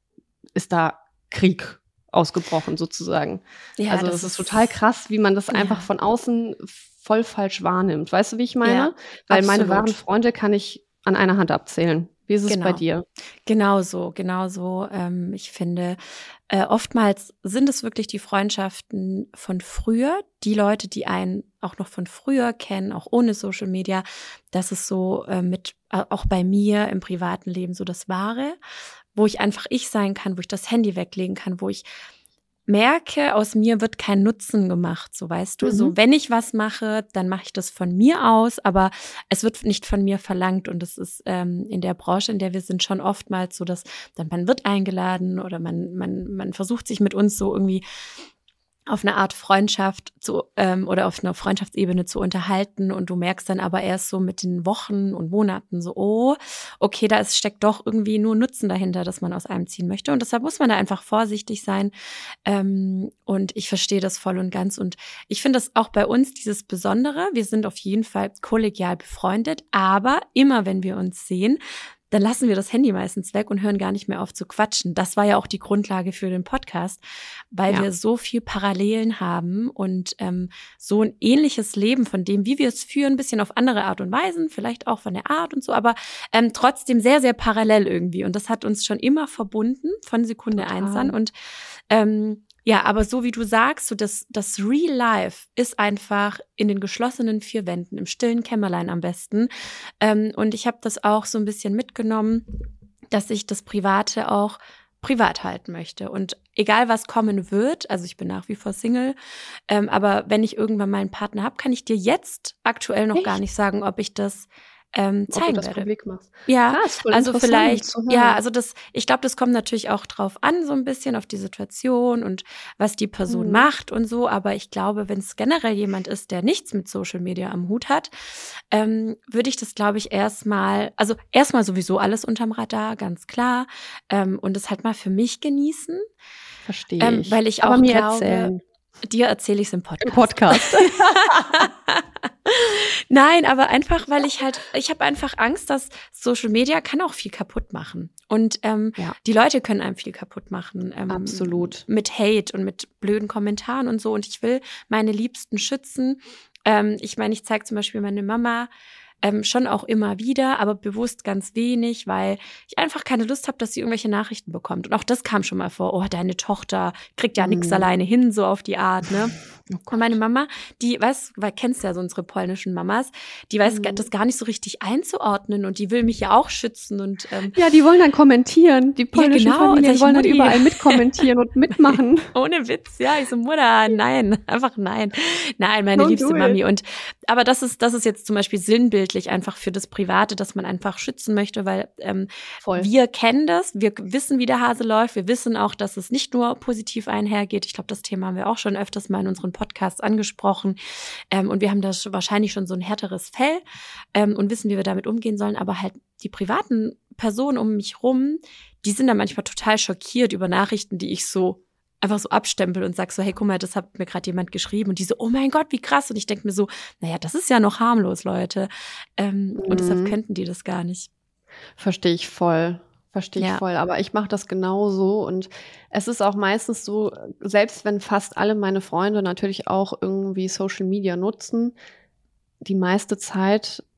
ist da Krieg ausgebrochen sozusagen. Ja, also das, das ist total krass, wie man das ja. einfach von außen voll falsch wahrnimmt. Weißt du, wie ich meine? Ja, Weil absolut. Meine wahren Freunde kann ich an einer Hand abzählen. Wie ist es genau. bei dir? Genau so, genau so. Ähm, ich finde, äh, oftmals sind es wirklich die Freundschaften von früher, die Leute, die einen auch noch von früher kennen, auch ohne Social Media. Das ist so äh, mit, äh, auch bei mir im privaten Leben so das Wahre, wo ich einfach ich sein kann, wo ich das Handy weglegen kann, wo ich merke, aus mir wird kein Nutzen gemacht, so weißt du. Mhm. So, wenn ich was mache, dann mache ich das von mir aus, aber es wird nicht von mir verlangt und es ist ähm, in der Branche, in der wir sind, schon oftmals so, dass dann man wird eingeladen oder man man man versucht sich mit uns so irgendwie auf eine Art Freundschaft zu ähm, oder auf einer Freundschaftsebene zu unterhalten und du merkst dann aber erst so mit den Wochen und Monaten so, oh, okay, da ist, steckt doch irgendwie nur Nutzen dahinter, dass man aus einem ziehen möchte und deshalb muss man da einfach vorsichtig sein ähm, und ich verstehe das voll und ganz und ich finde das auch bei uns dieses Besondere, wir sind auf jeden Fall kollegial befreundet, aber immer wenn wir uns sehen, dann lassen wir das Handy meistens weg und hören gar nicht mehr auf zu quatschen. Das war ja auch die Grundlage für den Podcast, weil ja. wir so viel Parallelen haben und ähm, so ein ähnliches Leben von dem, wie wir es führen, ein bisschen auf andere Art und Weisen, vielleicht auch von der Art und so, aber ähm, trotzdem sehr, sehr parallel irgendwie. Und das hat uns schon immer verbunden von Sekunde Total. eins an. Und ähm, ja, aber so wie du sagst, so das, das Real Life ist einfach in den geschlossenen vier Wänden, im stillen Kämmerlein am besten. Ähm, und ich habe das auch so ein bisschen mitgenommen, dass ich das Private auch privat halten möchte. Und egal, was kommen wird, also ich bin nach wie vor Single, ähm, aber wenn ich irgendwann mal einen Partner habe, kann ich dir jetzt aktuell noch Echt? gar nicht sagen, ob ich das Ähm, zeigen Ob du das werde. publik machst. Ja, Krass, voll also vielleicht, zu hören. ja, also das, ich glaube, das kommt natürlich auch drauf an, so ein bisschen auf die Situation und was die Person mhm. macht und so, aber ich glaube, wenn es generell jemand ist, der nichts mit Social Media am Hut hat, ähm, würde ich das, glaube ich, erstmal, also erstmal sowieso alles unterm Radar, ganz klar, ähm, und es halt mal für mich genießen. Verstehe ähm, ich. Weil ich aber auch mir glaube, erzählen. Dir erzähle ich es im Podcast. Im Podcast. Nein, aber einfach, weil ich halt, ich habe einfach Angst, dass Social Media kann auch viel kaputt machen. Und ähm, ja. die Leute können einem viel kaputt machen. Ähm, Absolut. Mit Hate und mit blöden Kommentaren und so. Und ich will meine Liebsten schützen. Ähm, ich meine, ich zeige zum Beispiel meine Mama Ähm, schon auch immer wieder, aber bewusst ganz wenig, weil ich einfach keine Lust habe, dass sie irgendwelche Nachrichten bekommt. Und auch das kam schon mal vor, oh, deine Tochter kriegt ja nichts mm. alleine hin, so auf die Art, ne? Und meine Mama, die weiß, weil kennst ja so unsere polnischen Mamas, die weiß mm. das gar nicht so richtig einzuordnen und die will mich ja auch schützen. Und ähm, ja, die wollen dann kommentieren. Die polnischen ja, genau. Familien wollen dann überall mitkommentieren und mitmachen. Ohne Witz, ja. Ich so, Mutter, nein, einfach nein. Nein, meine Don't liebste Mami. Und aber das ist, das ist jetzt zum Beispiel sinnbildlich einfach für das Private, dass man einfach schützen möchte, weil ähm, wir kennen das, wir wissen, wie der Hase läuft, wir wissen auch, dass es nicht nur positiv einhergeht. Ich glaube, das Thema haben wir auch schon öfters mal in unseren Podcasts angesprochen ähm, und wir haben da wahrscheinlich schon so ein härteres Fell ähm, und wissen, wie wir damit umgehen sollen, aber halt die privaten Personen um mich rum, die sind dann manchmal total schockiert über Nachrichten, die ich so einfach so abstempel und sag so, hey, guck mal, das hat mir gerade jemand geschrieben und die so, oh mein Gott, wie krass. Und ich denke mir so, naja, das ist ja noch harmlos, Leute. Ähm, mhm. Und deshalb könnten die das gar nicht. Verstehe ich voll. Verstehe ich ja. voll. Aber ich mache das genauso. Und es ist auch meistens so, selbst wenn fast alle meine Freunde natürlich auch irgendwie Social Media nutzen, die meiste Zeit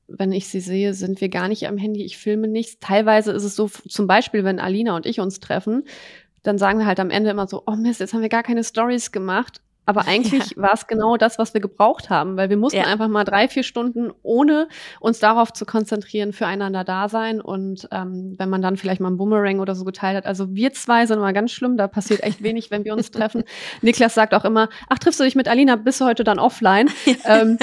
wenn ich sie sehe, sind wir gar nicht am Handy, ich filme nichts. Teilweise ist es so, zum Beispiel, wenn Alina und ich uns treffen, dann sagen wir halt am Ende immer so, oh Mist, jetzt haben wir gar keine Stories gemacht. Aber eigentlich ja. war es genau das, was wir gebraucht haben, weil wir mussten ja. einfach mal drei, vier Stunden, ohne uns darauf zu konzentrieren, füreinander da sein. Und ähm, wenn man dann vielleicht mal einen Boomerang oder so geteilt hat, also wir zwei sind immer ganz schlimm, da passiert echt wenig, wenn wir uns treffen. Niklas sagt auch immer, ach, triffst du dich mit Alina, bist du heute dann offline? ähm,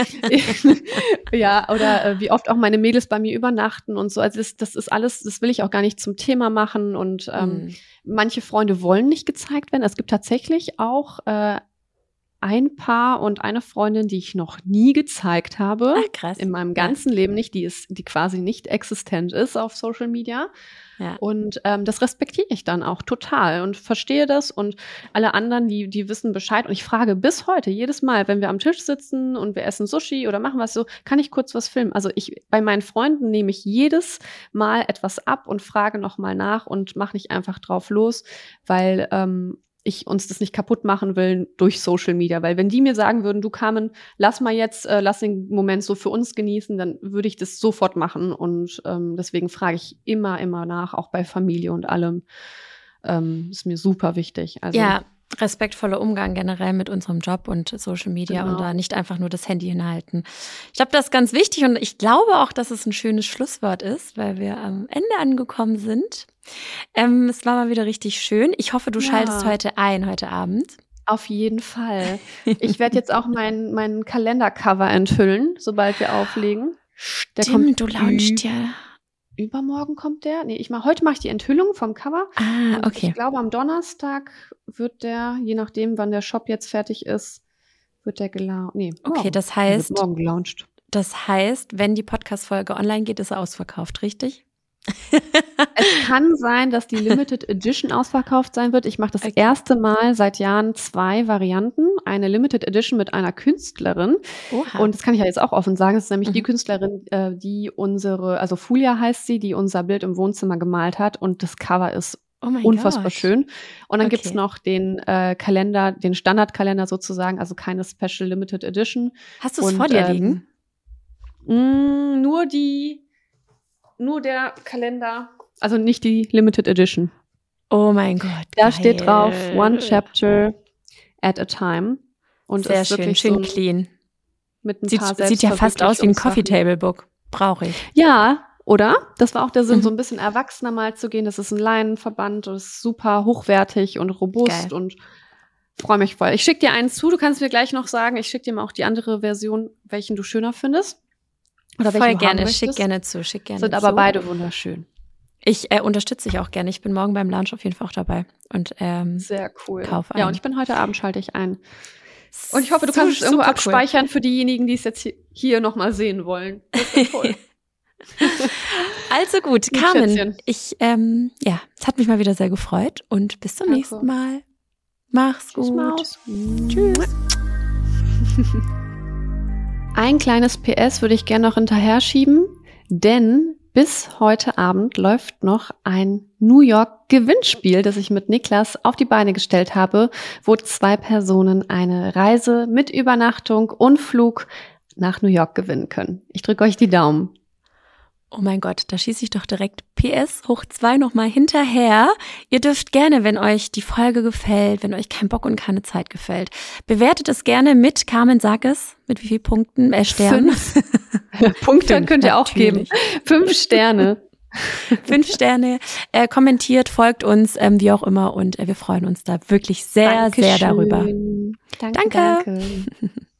ja, oder äh, wie oft auch meine Mädels bei mir übernachten und so. Also das, das ist alles, das will ich auch gar nicht zum Thema machen. Und ähm, mhm. manche Freunde wollen nicht gezeigt werden. Es gibt tatsächlich auch äh, ein Paar und eine Freundin, die ich noch nie gezeigt habe. Ach, krass. In meinem ganzen ja. Leben nicht, die ist, die quasi nicht existent ist auf Social Media. Ja. Und ähm, das respektiere ich dann auch total und verstehe das. Und alle anderen, die, die wissen Bescheid. Und ich frage bis heute, jedes Mal, wenn wir am Tisch sitzen und wir essen Sushi oder machen was so, kann ich kurz was filmen? Also ich, bei meinen Freunden nehme ich jedes Mal etwas ab und frage nochmal nach und mache nicht einfach drauf los, weil ähm, ich uns das nicht kaputt machen will durch Social Media. Weil wenn die mir sagen würden, du Carmen, lass mal jetzt, äh, lass den Moment so für uns genießen, dann würde ich das sofort machen. Und ähm, deswegen frage ich immer, immer nach, auch bei Familie und allem. Ähm, ist mir super wichtig. Also, ja, respektvoller Umgang generell mit unserem Job und Social Media genau. und da nicht einfach nur das Handy hinhalten. Ich glaube, das ist ganz wichtig und ich glaube auch, dass es ein schönes Schlusswort ist, weil wir am Ende angekommen sind. Ähm, es war mal wieder richtig schön. Ich hoffe, du ja. schaltest heute ein, heute Abend. Auf jeden Fall. Ich werde jetzt auch mein, mein Kalendercover enthüllen, sobald wir auflegen. Der Stimmt, kommt du launchst ja. Übermorgen kommt der. Nee, ich mach, heute mache ich die Enthüllung vom Cover. Ah, und okay. Ich glaube, am Donnerstag wird der, je nachdem, wann der Shop jetzt fertig ist, wird der gelauncht. Nee, morgen. Okay, das heißt, wird morgen gelauncht. Das heißt, wenn die Podcast-Folge online geht, ist er ausverkauft, richtig? Es kann sein, dass die Limited Edition ausverkauft sein wird. Ich mache das okay. erste Mal seit Jahren zwei Varianten. Eine Limited Edition mit einer Künstlerin. Oha. Und das kann ich ja jetzt auch offen sagen. Das ist nämlich mhm. die Künstlerin, äh, die unsere, also Fulia heißt sie, die unser Bild im Wohnzimmer gemalt hat. Und das Cover ist oh unfassbar Gott. schön. Und dann okay. gibt's noch den äh, Kalender, den Standardkalender sozusagen, also keine Special Limited Edition. Hast du es vor dir liegen? Ähm, mh, nur die Nur der Kalender, also nicht die Limited Edition. Oh mein Gott. Da geil. steht drauf, one chapter at a time. Und sehr ist schön, wirklich schön so clean. Mit ein sieht, paar sieht ja fast aus wie ein Coffee Table Book. Brauche ich. Ja, oder? Das war auch der Sinn, mhm. so ein bisschen erwachsener mal zu gehen. Das ist ein Leinenverband, das ist super hochwertig und robust geil. Und freue mich voll. Ich schicke dir einen zu, du kannst mir gleich noch sagen, ich schicke dir mal auch die andere Version, welchen du schöner findest. Oder voll gerne, schick gerne zu, schick gerne Sind zu. aber beide wunderschön. Ich äh, unterstütze dich auch gerne. Ich bin morgen beim Launch auf jeden Fall auch dabei. Und ähm, sehr cool. Kauf ein. Ja, und ich bin heute Abend, schalte ich ein. Und ich hoffe, du kannst es irgendwo abspeichern cool. für diejenigen, die es jetzt hier nochmal sehen wollen. Das ist toll. Also gut, Carmen, ich, ähm, ja, es hat mich mal wieder sehr gefreut und bis zum Danke. nächsten Mal. Mach's Tschüss, gut. Maus. Tschüss. Ein kleines P S würde ich gerne noch hinterher schieben, denn bis heute Abend läuft noch ein New York Gewinnspiel, das ich mit Niklas auf die Beine gestellt habe, wo zwei Personen eine Reise mit Übernachtung und Flug nach New York gewinnen können. Ich drücke euch die Daumen. Oh mein Gott, da schieße ich doch direkt P S hoch zwei nochmal hinterher. Ihr dürft gerne, wenn euch die Folge gefällt, wenn euch kein Bock und keine Zeit gefällt, bewertet es gerne mit, Carmen, sag es, mit wie vielen Punkten, äh, Sternen? Punkte könnt ihr auch geben. Fünf Sterne. Fünf Sterne. Äh, kommentiert, folgt uns, ähm, wie auch immer und äh, wir freuen uns da wirklich sehr, Dankeschön. sehr darüber. Danke. Danke. Danke.